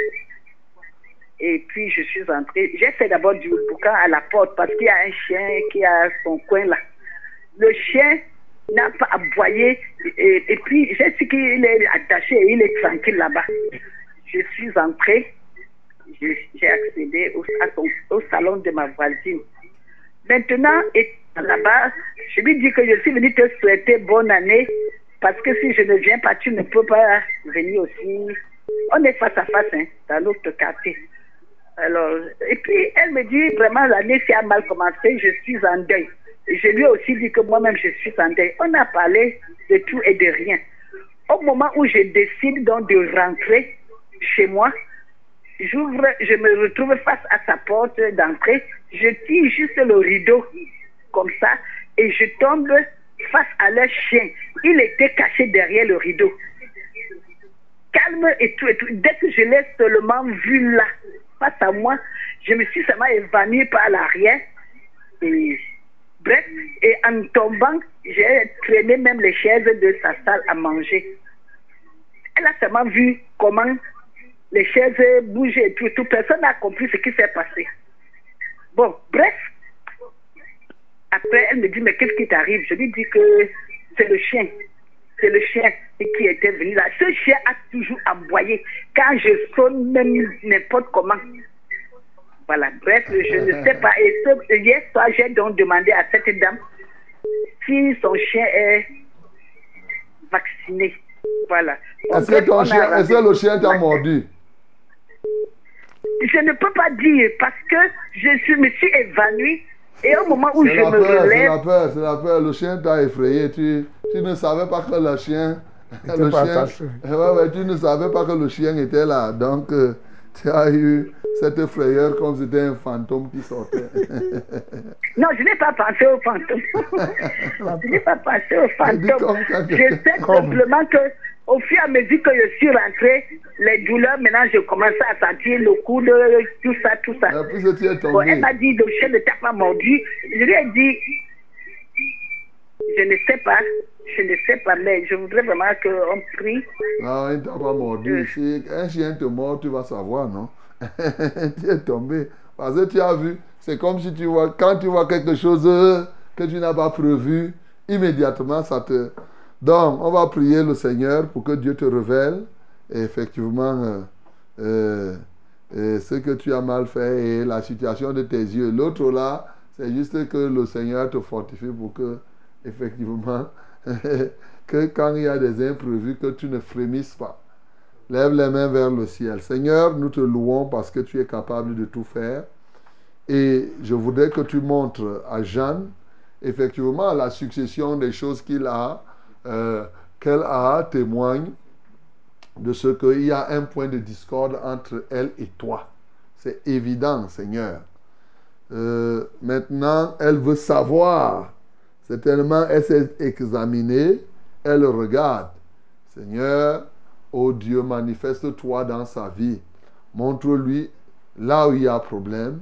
Et puis je suis entrée. J'ai fait d'abord du boucan à la porte parce qu'il y a un chien qui a son coin là. Le chien n'a pas aboyé, et, et puis j'ai su qu'il est attaché et il est tranquille là-bas. Je suis entrée, j'ai accédé au, à son, au salon de ma voisine. Maintenant, et là-bas, je lui dis que je suis venue te souhaiter bonne année, parce que si je ne viens pas, tu ne peux pas venir aussi. On est face à face, hein, dans l'autre quartier. Alors, et puis elle me dit vraiment l'année qui a mal commencé, je suis en deuil. Et je lui ai aussi dit que moi-même je suis en deuil. On a parlé de tout et de rien. Au moment où je décide donc de rentrer chez moi, j'ouvre, je me retrouve face à sa porte d'entrée, je tire juste le rideau comme ça et je tombe face à leur chien. Il était caché derrière le rideau. Calme et tout et tout. Dès que je l'ai seulement vu là, face à moi, je me suis seulement évanouie par l'arrière. Et bref, et en tombant, j'ai traîné même les chaises de sa salle à manger. Elle a seulement vu comment les chaises bougeaient et tout, et tout. Personne n'a compris ce qui s'est passé. Bon, bref. Après, elle me dit, mais qu'est-ce qui t'arrive? Je lui dis que c'est le chien. C'est le chien qui était venu là. Ce chien a toujours aboyé quand je sonne même n'importe comment. Voilà, bref, je ne sais pas. Et ce, hier soir, j'ai donc demandé à cette dame si son chien est vacciné. Voilà. Est-ce que, ton chien, est-ce que le chien t'a mordu? Je ne peux pas dire parce que je suis, me suis évanouie et au moment où je me peur, relève... C'est la peur, c'est la peur. Le chien t'a effrayé. Tu, tu ne savais pas que le chien... Le chien ouais, ouais, tu ne savais pas que le chien était là. Donc, euh, tu as eu cette frayeur comme si c'était un fantôme qui sortait. Non, je n'ai pas pensé au fantôme. Je n'ai pas pensé au fantôme. Je sais simplement que au fur et à mesure que je suis rentrée, les douleurs, maintenant, je commençais à sentir le coude, tout ça, tout ça. Et puis, tu es tombé. Bon, elle m'a dit, le chien ne t'a pas mordu. Je lui ai dit, je ne sais pas, je ne sais pas, mais je voudrais vraiment qu'on prie. Non, il ne t'a pas mordu. Si un chien te mord, tu vas savoir, non? Tu es tombé. Parce que tu as vu, c'est comme si tu vois, quand tu vois quelque chose que tu n'as pas prévu, immédiatement, ça te... Donc, on va prier le Seigneur pour que Dieu te révèle effectivement euh, euh, euh, ce que tu as mal fait et la situation de tes yeux. L'autre là, c'est juste que le Seigneur te fortifie pour que, effectivement, que quand il y a des imprévus, que tu ne frémisses pas. Lève les mains vers le ciel. Seigneur, nous te louons parce que tu es capable de tout faire. Et je voudrais que tu montres à Jeanne, effectivement, la succession des choses qu'il a, euh, qu'elle a, témoigne de ce qu'il y a un point de discorde entre elle et toi. C'est évident, Seigneur. Euh, maintenant, elle veut savoir. Certainement, elle s'est examinée, elle regarde. Seigneur, oh Dieu, manifeste-toi dans sa vie. Montre-lui là où il y a problème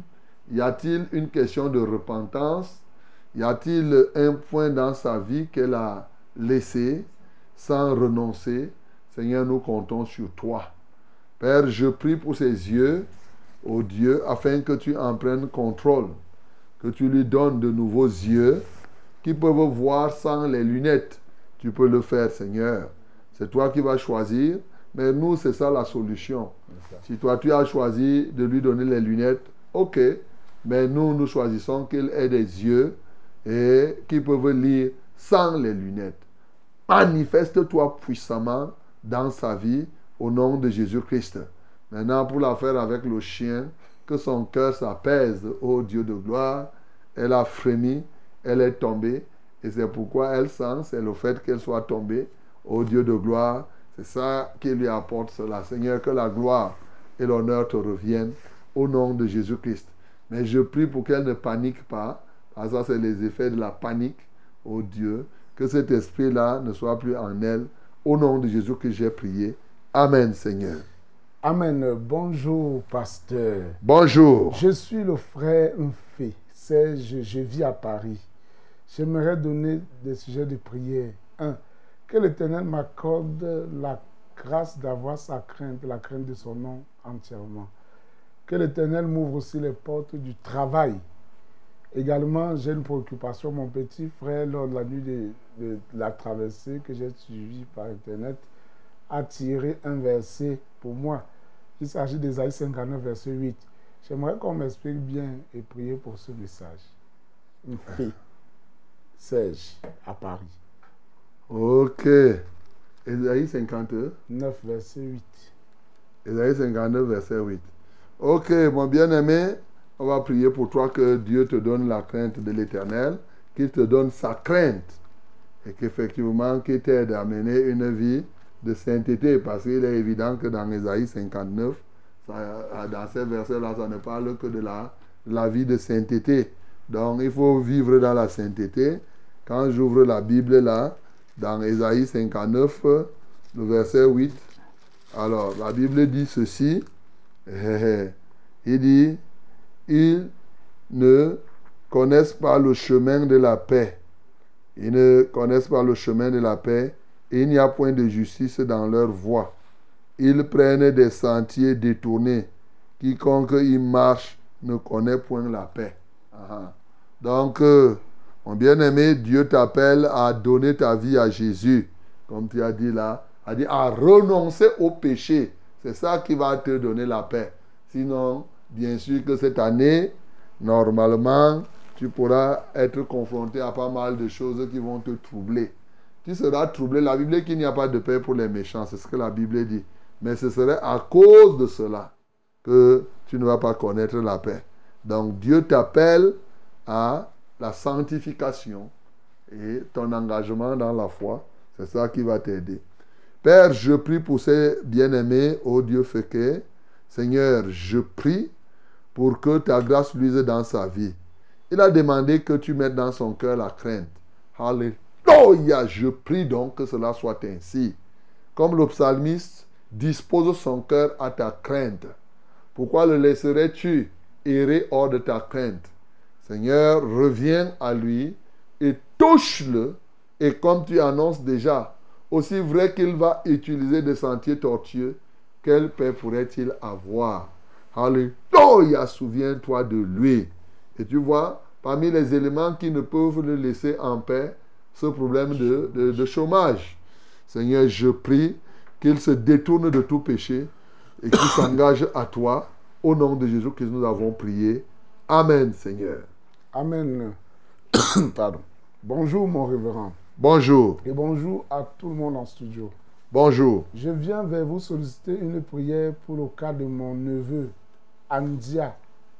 Y a-t-il une question de repentance? Y a-t-il un point dans sa vie qu'elle a laissé sans renoncer? Seigneur, nous comptons sur toi. Père, je prie pour ses yeux, ô Dieu, afin que tu en prennes contrôle, que tu lui donnes de nouveaux yeux qui peuvent voir sans les lunettes. Tu peux le faire, Seigneur. C'est toi qui vas choisir, mais nous, c'est ça la solution. Si toi, tu as choisi de lui donner les lunettes, ok, mais nous, nous choisissons qu'il ait des yeux et qui peuvent lire sans les lunettes. Manifeste-toi puissamment dans sa vie au nom de Jésus-Christ. Maintenant, pour la faire avec le chien, que son cœur s'apaise, ô Dieu de gloire. Elle a frémi, elle est tombée, et c'est pourquoi elle sent, c'est le fait qu'elle soit tombée, ô Dieu de gloire. C'est ça qui lui apporte cela. Seigneur, que la gloire et l'honneur te reviennent au nom de Jésus-Christ. Mais je prie pour qu'elle ne panique pas, parce que ça c'est les effets de la panique, ô Dieu. Que cet esprit-là ne soit plus en elle. Au nom de Jésus que j'ai prié. Amen, Seigneur. Amen. Bonjour, pasteur. Bonjour. Je suis le frère Mfé. Je, je vis à Paris. J'aimerais donner des sujets de prière. un. Que l'Éternel m'accorde la grâce d'avoir sa crainte, la crainte de son nom entièrement. Que l'Éternel m'ouvre aussi les portes du travail. Également, j'ai une préoccupation. Mon petit frère, lors de la nuit de, de, de la traversée que j'ai suivie par Internet, a tiré un verset pour moi. Il s'agit d'Ésaïe cinquante-neuf, verset huit. J'aimerais qu'on m'explique bien et prier pour ce message. Une fille, Serge, à Paris. Ok. Ésaïe cinquante-neuf, verset huit. Ésaïe cinquante-neuf, verset huit. Ok, mon bien-aimé, on va prier pour toi que Dieu te donne la crainte de l'Éternel, qu'il te donne sa crainte et qu'effectivement, qu'il t'aide à mener une vie de sainteté, parce qu'il est évident que dans Ésaïe cinquante-neuf, ça, dans ces versets-là, ça ne parle que de la, la vie de sainteté. Donc, il faut vivre dans la sainteté. Quand j'ouvre la Bible là, dans Ésaïe cinquante-neuf, le verset huit, alors, la Bible dit ceci, il dit, ils ne connaissent pas le chemin de la paix. Ils ne connaissent pas le chemin de la paix. Et il n'y a point de justice dans leur voie. Ils prennent des sentiers détournés. Quiconque y marche ne connaît point la paix. Aha. Donc, euh, mon bien-aimé, Dieu t'appelle à donner ta vie à Jésus. Comme tu as dit là, à, dire, à renoncer au péché. C'est ça qui va te donner la paix. Sinon, bien sûr que cette année, normalement, tu pourras être confronté à pas mal de choses qui vont te troubler. Tu seras troublé. La Bible dit qu'il n'y a pas de paix pour les méchants. C'est ce que la Bible dit. Mais ce serait à cause de cela que tu ne vas pas connaître la paix. Donc Dieu t'appelle à la sanctification et ton engagement dans la foi. C'est ça qui va t'aider. Père, je prie pour ces bien-aimés, ô Dieu féqué. Seigneur, je prie pour que ta grâce luise dans sa vie. Il a demandé que tu mettes dans son cœur la crainte. Alléluia. Oh, je prie donc que cela soit ainsi. Comme le psalmiste dispose son cœur à ta crainte. Pourquoi le laisserais-tu errer hors de ta crainte? Seigneur, reviens à lui et touche-le. Et comme tu annonces déjà, aussi vrai qu'il va utiliser des sentiers tortueux, quelle paix pourrait-il avoir? Alléluia, souviens-toi de lui. Et tu vois, parmi les éléments qui ne peuvent le laisser en paix, ce problème de, de, de chômage. Seigneur, je prie qu'il se détourne de tout péché et qu'il s'engage à toi. Au nom de Jésus que nous avons prié. Amen, Seigneur. Amen. Pardon. Bonjour, mon révérend. Bonjour. Et bonjour à tout le monde en studio. Bonjour. Je viens vers vous solliciter une prière pour le cas de mon neveu, Andia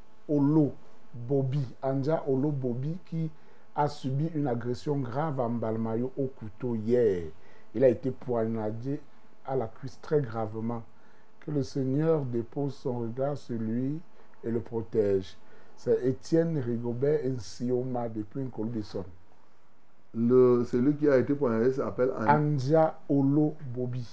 Olo Bobi. Andia Olo Bobi qui a subi une agression grave à Mbalmayo au couteau hier. Il a été poignardé à la cuisse très gravement. Que le Seigneur dépose son regard sur lui et le protège. C'est Étienne Rigobert Nsioma depuis Nkolobison. Le, celui qui a été poignardé s'appelle And... Andia Olo Bobi.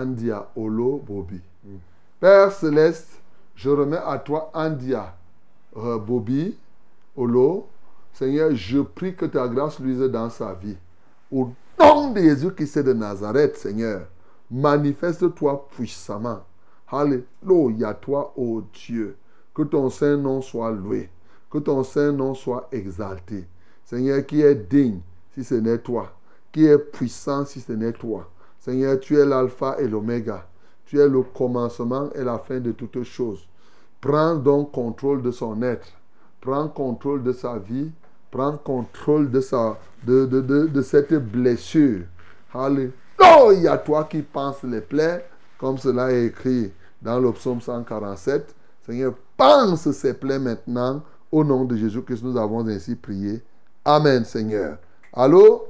Andia Olo Bobi. Mm. Père Céleste, je remets à toi Andia euh, Bobby, Olo. Seigneur, je prie que ta grâce luise dans sa vie. Au nom de Jésus-Christ de Nazareth, Seigneur, manifeste-toi puissamment. Alléluia, toi, ô Dieu. Que ton saint nom soit loué. Que ton saint nom soit exalté. Seigneur, qui est digne si ce n'est toi. Qui est puissant si ce n'est toi. Seigneur, tu es l'alpha et l'oméga. Tu es le commencement et la fin de toutes choses. Prends donc contrôle de son être. Prends contrôle de sa vie. Prends contrôle de, sa, de, de, de, de cette blessure. Alléluia, toi qui penses les plaies, comme cela est écrit dans le psaume cent quarante-sept. Seigneur, pense ces plaies maintenant. Au nom de Jésus-Christ, nous avons ainsi prié. Amen, Seigneur. Allô?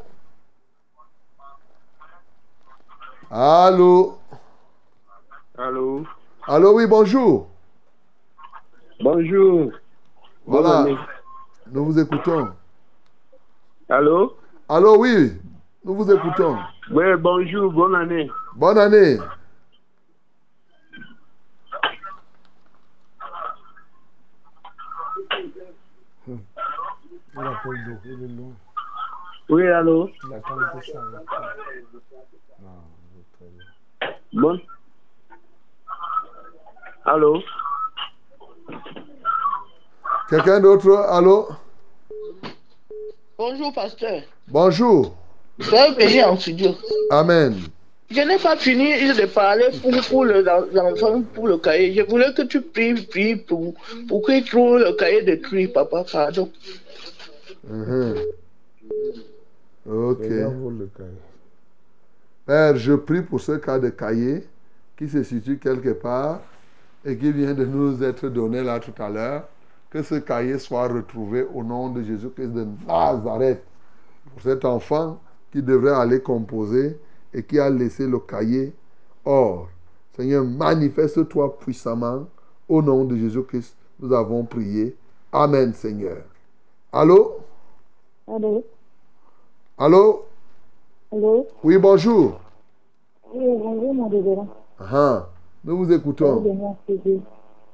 Allô? Allô? Allô, oui, bonjour. Bonjour. Voilà. Nous vous écoutons. Allô? Allô, oui. Nous vous écoutons. Oui, bonjour, bonne année. Bonne année. Il appelle d'eau, il est loin. Oui, allô? Il attend que ça avec toi. Non, il est très loin. Bon. Allô? Quelqu'un d'autre? Allô? Bonjour, pasteur. Bonjour. Soyez béni en studio. Amen. Je n'ai pas fini de parler pour, pour le- l'enfant, pour le cahier. Je voulais que tu pries, pries pour, pour qu'il trouve le cahier détruit, papa, pardon. Mhm. Ok. Regarde le cahier. Père, je prie pour ce cas de cahier qui se situe quelque part et qui vient de nous être donné là tout à l'heure. Que ce cahier soit retrouvé au nom de Jésus-Christ de Nazareth. Pour cet enfant qui devrait aller composer et qui a laissé le cahier. Or, Seigneur, manifeste-toi puissamment. Au nom de Jésus-Christ, nous avons prié. Amen, Seigneur. Allô? Allô? Allô? Allô? Oui, bonjour. Oui, bonjour, mon révérend. Ah, nous vous Soyez écoutons. béni en studio.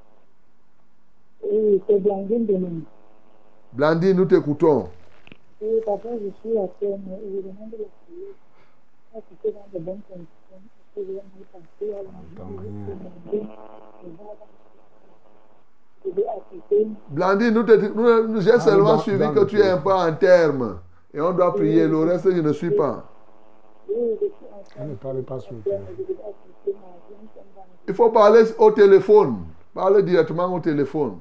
Oui, c'est Blandine de nous. Blandine, nous t'écoutons. Oui, papa, je suis à terme et je demande de la prière. Est-ce que c'est dans de bonnes conditions? Est-ce que je vais mal passer à la je vais assister. Blandine, nous te- nous- nous- j'ai Ah, seulement dans- suivi dans que le tu es un téléphone. peu en terme. Et on doit prier. Le reste, je ne suis pas. Oui, je suis en Elle ne parle pas sur le terme téléphone. et je vais assister ma vie. Nous sommes dans Il faut parler au téléphone. Parle directement au téléphone.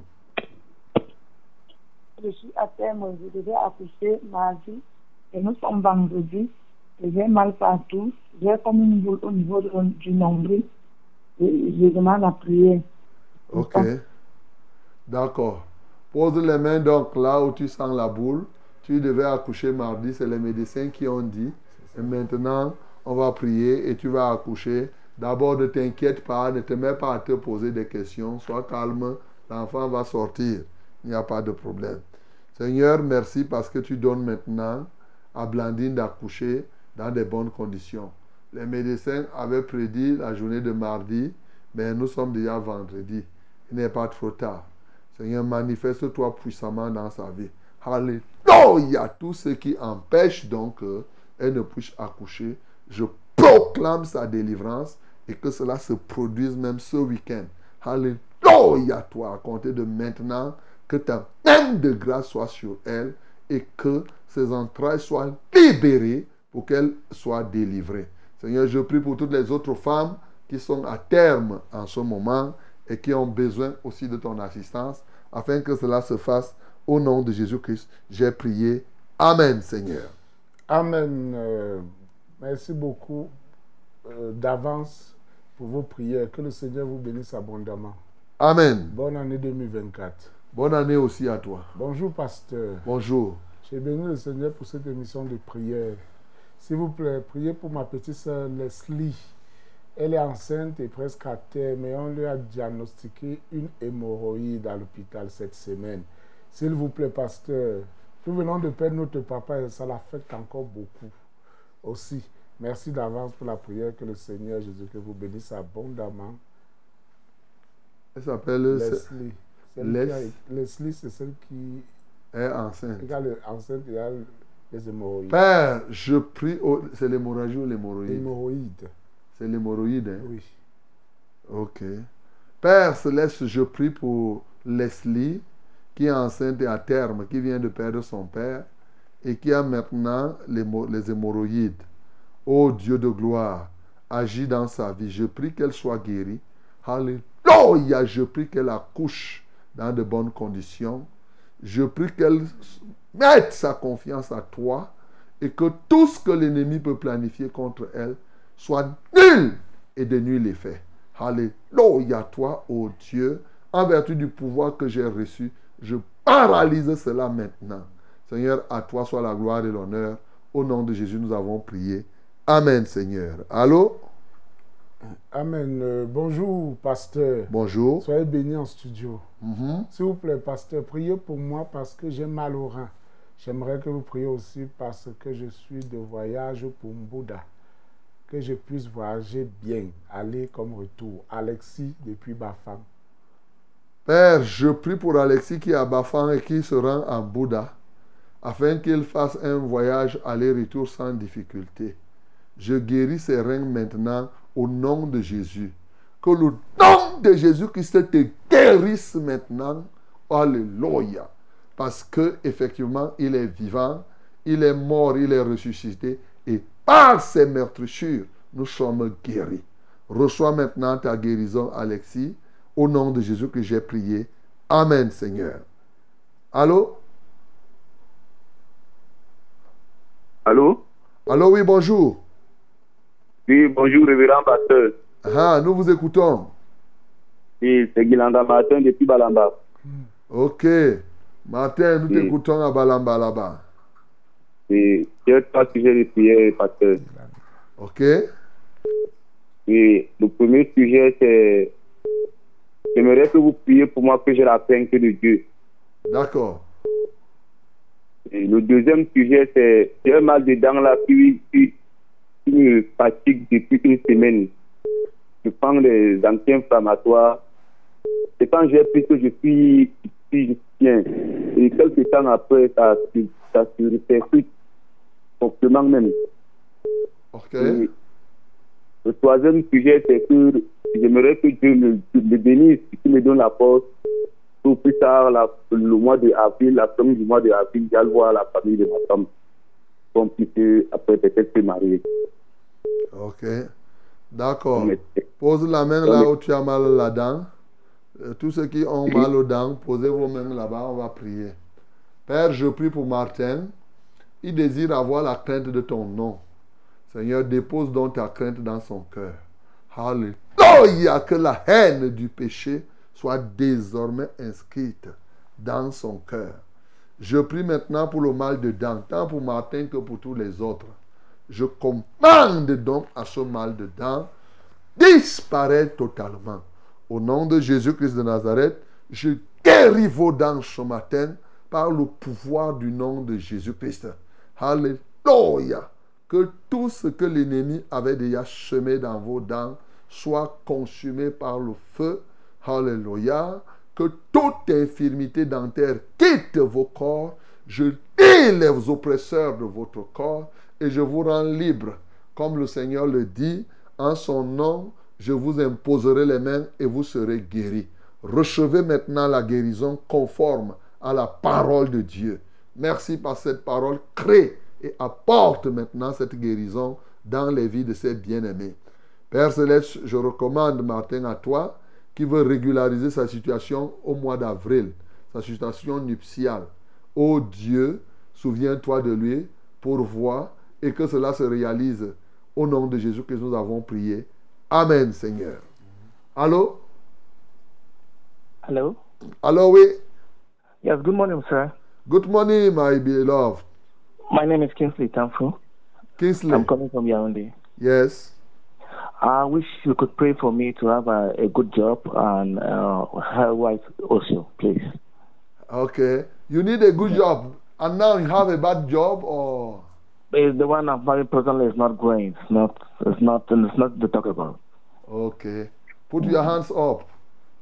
Je suis à terme, je devais accoucher mardi et nous sommes vendredi. Et j'ai mal partout. J'ai comme une boule au niveau de- du nombril. Et je demande la prière. Ok. D'accord. Pose les mains donc là où tu sens la boule. Tu devais accoucher mardi. C'est les médecins qui ont dit. Et maintenant, on va prier et tu vas accoucher. D'abord, ne t'inquiète pas. Ne te mets pas à te poser des questions. Sois calme. L'enfant va sortir. Il n'y a pas de problème. Seigneur, merci parce que tu donnes maintenant à Blandine d'accoucher dans de bonnes conditions. Les médecins avaient prédit la journée de mardi, mais nous sommes déjà vendredi. Il n'est pas trop tard. Seigneur, manifeste-toi puissamment dans sa vie. Alléluia! Tout ce qui empêche donc qu'elle ne puisse accoucher, je proclame sa délivrance et que cela se produise même ce week-end. Alléluia! Toi, à compter de maintenant, que ta main de grâce soit sur elle et que ses entrailles soient libérées pour qu'elle soit délivrée. Seigneur, je prie pour toutes les autres femmes qui sont à terme en ce moment et qui ont besoin aussi de ton assistance afin que cela se fasse au nom de Jésus-Christ. J'ai prié. Amen, Seigneur. Amen. Euh, merci beaucoup euh, d'avance pour vos prières. Que le Seigneur vous bénisse abondamment. Amen. Bonne année deux mille vingt-quatre. Bonne année aussi à toi. Bonjour, pasteur. Bonjour. J'ai béni le Seigneur pour cette émission de prière. S'il vous plaît, priez pour ma petite sœur Leslie. Elle est enceinte et presque à terme, mais on lui a diagnostiqué une hémorroïde à l'hôpital cette semaine. S'il vous plaît, pasteur, nous venons de perdre notre papa et ça l'affecte encore beaucoup aussi. Merci d'avance pour la prière. Que le Seigneur Jésus que vous bénisse abondamment. Elle s'appelle Leslie. Celle Les- qui a- Leslie, c'est celle qui est enceinte. qui a le- enceinte et a les hémorroïdes. Père, je prie. au- C'est l'hémorragie ou l'hémorroïde? Hémorroïdes. C'est l'hémorroïde, hein? Oui. Ok. Père Céleste, je prie pour Leslie, qui est enceinte et à terme, qui vient de perdre son père et qui a maintenant les, mo- les hémorroïdes. Ô Dieu de gloire, agis dans sa vie. Je prie qu'elle soit guérie. Alléluia. Je prie qu'elle accouche dans de bonnes conditions. Je prie qu'elle mette sa confiance à toi et que tout ce que l'ennemi peut planifier contre elle soit nul et de nul effet. Alléluia, toi, ô Dieu, en vertu du pouvoir que j'ai reçu, je paralyse cela maintenant. Seigneur, à toi soit la gloire et l'honneur. Au nom de Jésus, nous avons prié. Amen, Seigneur. Allô? Amen. Euh, bonjour, pasteur. Bonjour. Soyez bénis en studio. Mhm. S'il vous plaît, pasteur, priez pour moi parce que j'ai mal au rein. J'aimerais que vous priez aussi parce que je suis de voyage pour Mbouda. Que je puisse voyager bien, aller comme retour. Alexis, depuis Bafang. Père, je prie pour Alexis qui est à Bafang et qui se rend à Bouddha, afin qu'il fasse un voyage aller-retour sans difficulté. Je guéris ses reins maintenant au nom de Jésus. Que le nom de Jésus-Christ te guérisse maintenant. Alléluia. Parce que effectivement, il est vivant, il est mort, il est ressuscité, et par ses meurtrissures, nous sommes guéris. Reçois maintenant ta guérison, Alexis, au nom de Jésus que j'ai prié. Amen, Seigneur. Allô? Allô? Allô, oui, bonjour. Oui, bonjour, révérend pasteur. Ah, nous vous écoutons. Oui, c'est Guilanda Martin depuis Balamba. Ok. Martin, nous Oui. t'écoutons à Balamba là-bas. Oui, j'ai trois sujets de prière, pasteur. Ok. Oui, le premier sujet, c'est... J'aimerais que vous priez pour moi que j'ai la crainte de Dieu. D'accord. Et le deuxième sujet, c'est... J'ai un mal de dents là qui, qui, qui me fatigue depuis une semaine. Je prends des anti-inflammatoires. Et quand j'ai pris que je suis, je suis bien. Et quelques temps après, ça, ça se répercute fortement même. Ok. Et le troisième sujet, c'est que j'aimerais que Dieu me, me bénisse, qu'il me donne la force pour plus tard, la, le mois de avril, la semaine du mois de avril, j'allais voir la famille de ma femme, qu'on puisse après peut-être se marier. Ok. D'accord. Pose la main là où tu as mal la dent. Euh, Tous ceux qui ont mal aux dents, posez vos mains là-bas, on va prier. Père, je prie pour Martin. Il désire avoir la crainte de ton nom. Seigneur, dépose donc ta crainte dans son cœur. Alléluia, que la haine du péché soit désormais inscrite dans son cœur. Je prie maintenant pour le mal de dents, tant pour Martin que pour tous les autres. Je commande donc à ce mal de dents disparaître totalement. Au nom de Jésus-Christ de Nazareth, je guéris vos dents ce matin par le pouvoir du nom de Jésus-Christ. Alléluia. Que tout ce que l'ennemi avait déjà semé dans vos dents soit consumé par le feu. Alléluia. Que toute infirmité dentaire quitte vos corps. Je lie les oppresseurs de votre corps et je vous rends libre. Comme le Seigneur le dit, en son nom, je vous imposerai les mains et vous serez guéris. Recevez maintenant la guérison conforme à la parole de Dieu. Merci par cette parole. Crée et apporte maintenant cette guérison dans les vies de ces bien-aimés. Père Céleste, je recommande Martin à toi qui veut régulariser sa situation au mois d'avril, sa situation nuptiale. Ô Dieu, souviens-toi de lui, pourvois et que cela se réalise. Au nom de Jésus que nous avons prié. Amen, Seigneur. Allô? Hello? Allô, oui? Yes, good morning, sir. Good morning, my beloved. My name is Kingsley Tamfu. Kingsley. I'm coming from Yaoundé. Yes. I wish you could pray for me to have a, a good job and uh, health-wise also, please. Okay. You need a good job, and now you have a bad job, or? It's the one I'm having presently is not growing. It's not. It's not. And it's not to talk about. Okay. Put your hands up.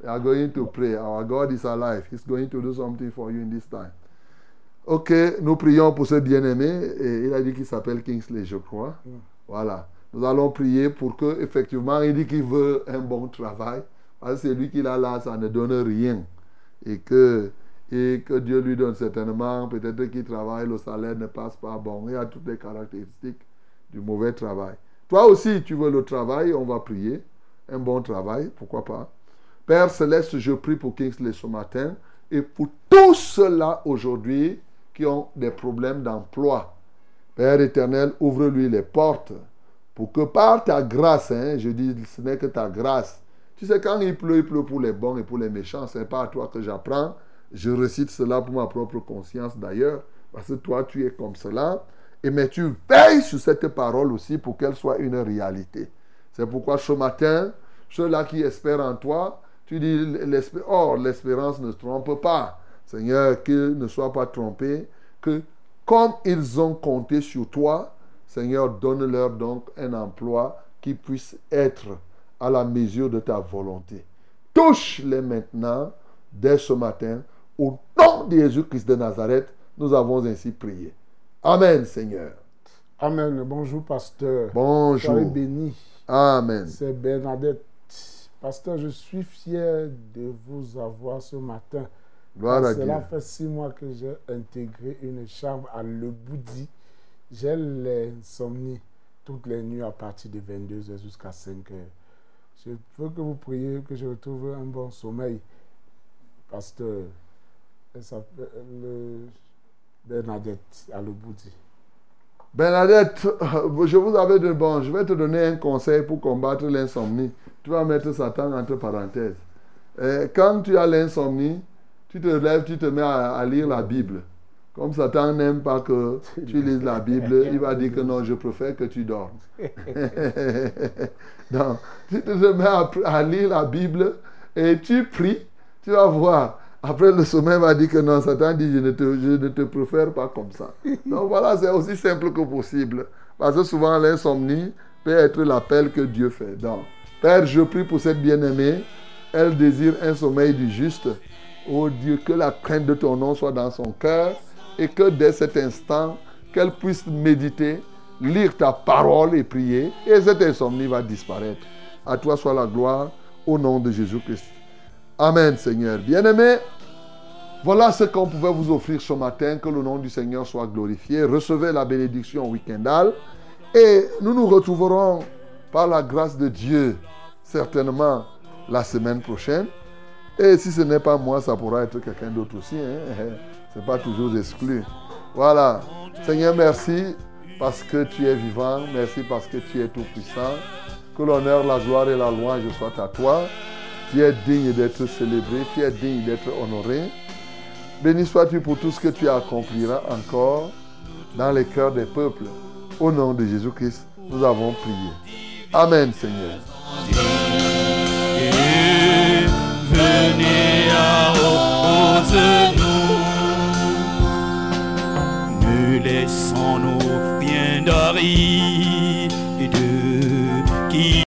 We are going to pray. Our God is alive. He's going to do something for you in this time. Ok, nous prions pour ce bien-aimé. Et il a dit qu'il s'appelle Kingsley, je crois. Mm. Voilà. Nous allons prier pour que, effectivement, il dit qu'il veut un bon travail. Parce que c'est lui qui l'a là, ça ne donne rien. Et que, et que Dieu lui donne certainement, peut-être qu'il travaille, le salaire ne passe pas bon. Il y a toutes les caractéristiques du mauvais travail. Toi aussi, tu veux le travail, on va prier. Un bon travail, pourquoi pas. Père Céleste, je prie pour Kingsley ce matin et pour tous ceux-là aujourd'hui qui ont des problèmes d'emploi. Père éternel, ouvre-lui les portes pour que par ta grâce, hein, je dis, ce n'est que ta grâce. Tu sais, quand il pleut, il pleut pour les bons et pour les méchants. Ce n'est pas à toi que j'apprends. Je récite cela pour ma propre conscience d'ailleurs, parce que toi, tu es comme cela. Et mais tu veilles sur cette parole aussi pour qu'elle soit une réalité. C'est pourquoi ce matin, ceux-là qui espèrent en toi, tu dis, oh, l'espérance ne se trompe pas. Seigneur, qu'ils ne soient pas trompés, que comme ils ont compté sur toi, Seigneur, donne-leur donc un emploi qui puisse être à la mesure de ta volonté. Touche-les maintenant, dès ce matin, au nom de Jésus-Christ de Nazareth, nous avons ainsi prié. Amen, Seigneur. Amen. Bonjour, pasteur. Bonjour. Soyez béni. Amen. C'est Bernadette. Pasteur, je suis fier de vous avoir ce matin. Gloire à Dieu. Cela fait six mois que j'ai intégré une chambre à Le Boudi. J'ai l'insomnie toutes les nuits à partir de vingt-deux heures jusqu'à cinq heures. Je veux que vous priez que je retrouve un bon sommeil. Pasteur, elle s'appelle Bernadette à Le Boudi. Bernadette, je vous avais dit, bon, je vais te donner un conseil pour combattre l'insomnie. Tu vas mettre Satan entre parenthèses. Et quand tu as l'insomnie, tu te lèves, tu te mets à, à lire la Bible. Comme Satan n'aime pas que tu lises la Bible, il va dire que non, je préfère que tu dormes. Donc, tu te mets à, à lire la Bible et tu pries, tu vas voir. Après, le sommeil va dire que non, Satan dit, je ne te, je ne te préfère pas comme ça. Donc voilà, c'est aussi simple que possible. Parce que souvent, l'insomnie peut être l'appel que Dieu fait. Donc, Père, je prie pour cette bien-aimée. Elle désire un sommeil du juste. Oh Dieu, que la crainte de ton nom soit dans son cœur et que dès cet instant, qu'elle puisse méditer, lire ta parole et prier. Et cette insomnie va disparaître. À toi soit la gloire au nom de Jésus-Christ. Amen, Seigneur. Bien-aimés, voilà ce qu'on pouvait vous offrir ce matin. Que le nom du Seigneur soit glorifié. Recevez la bénédiction week-endale. Et nous nous retrouverons par la grâce de Dieu, certainement la semaine prochaine. Et si ce n'est pas moi, ça pourra être quelqu'un d'autre aussi. Hein? Ce n'est pas toujours exclu. Voilà. Seigneur, merci parce que tu es vivant. Merci parce que tu es tout-puissant. Que l'honneur, la gloire et la louange soient à toi. Tu es digne d'être célébré. Tu es digne d'être honoré. Béni sois-tu pour tout ce que tu accompliras encore dans les cœurs des peuples. Au nom de Jésus-Christ, nous avons prié. Amen, Seigneur. Et venez à oppose-nous, ne laissons-nous rien d'arriver.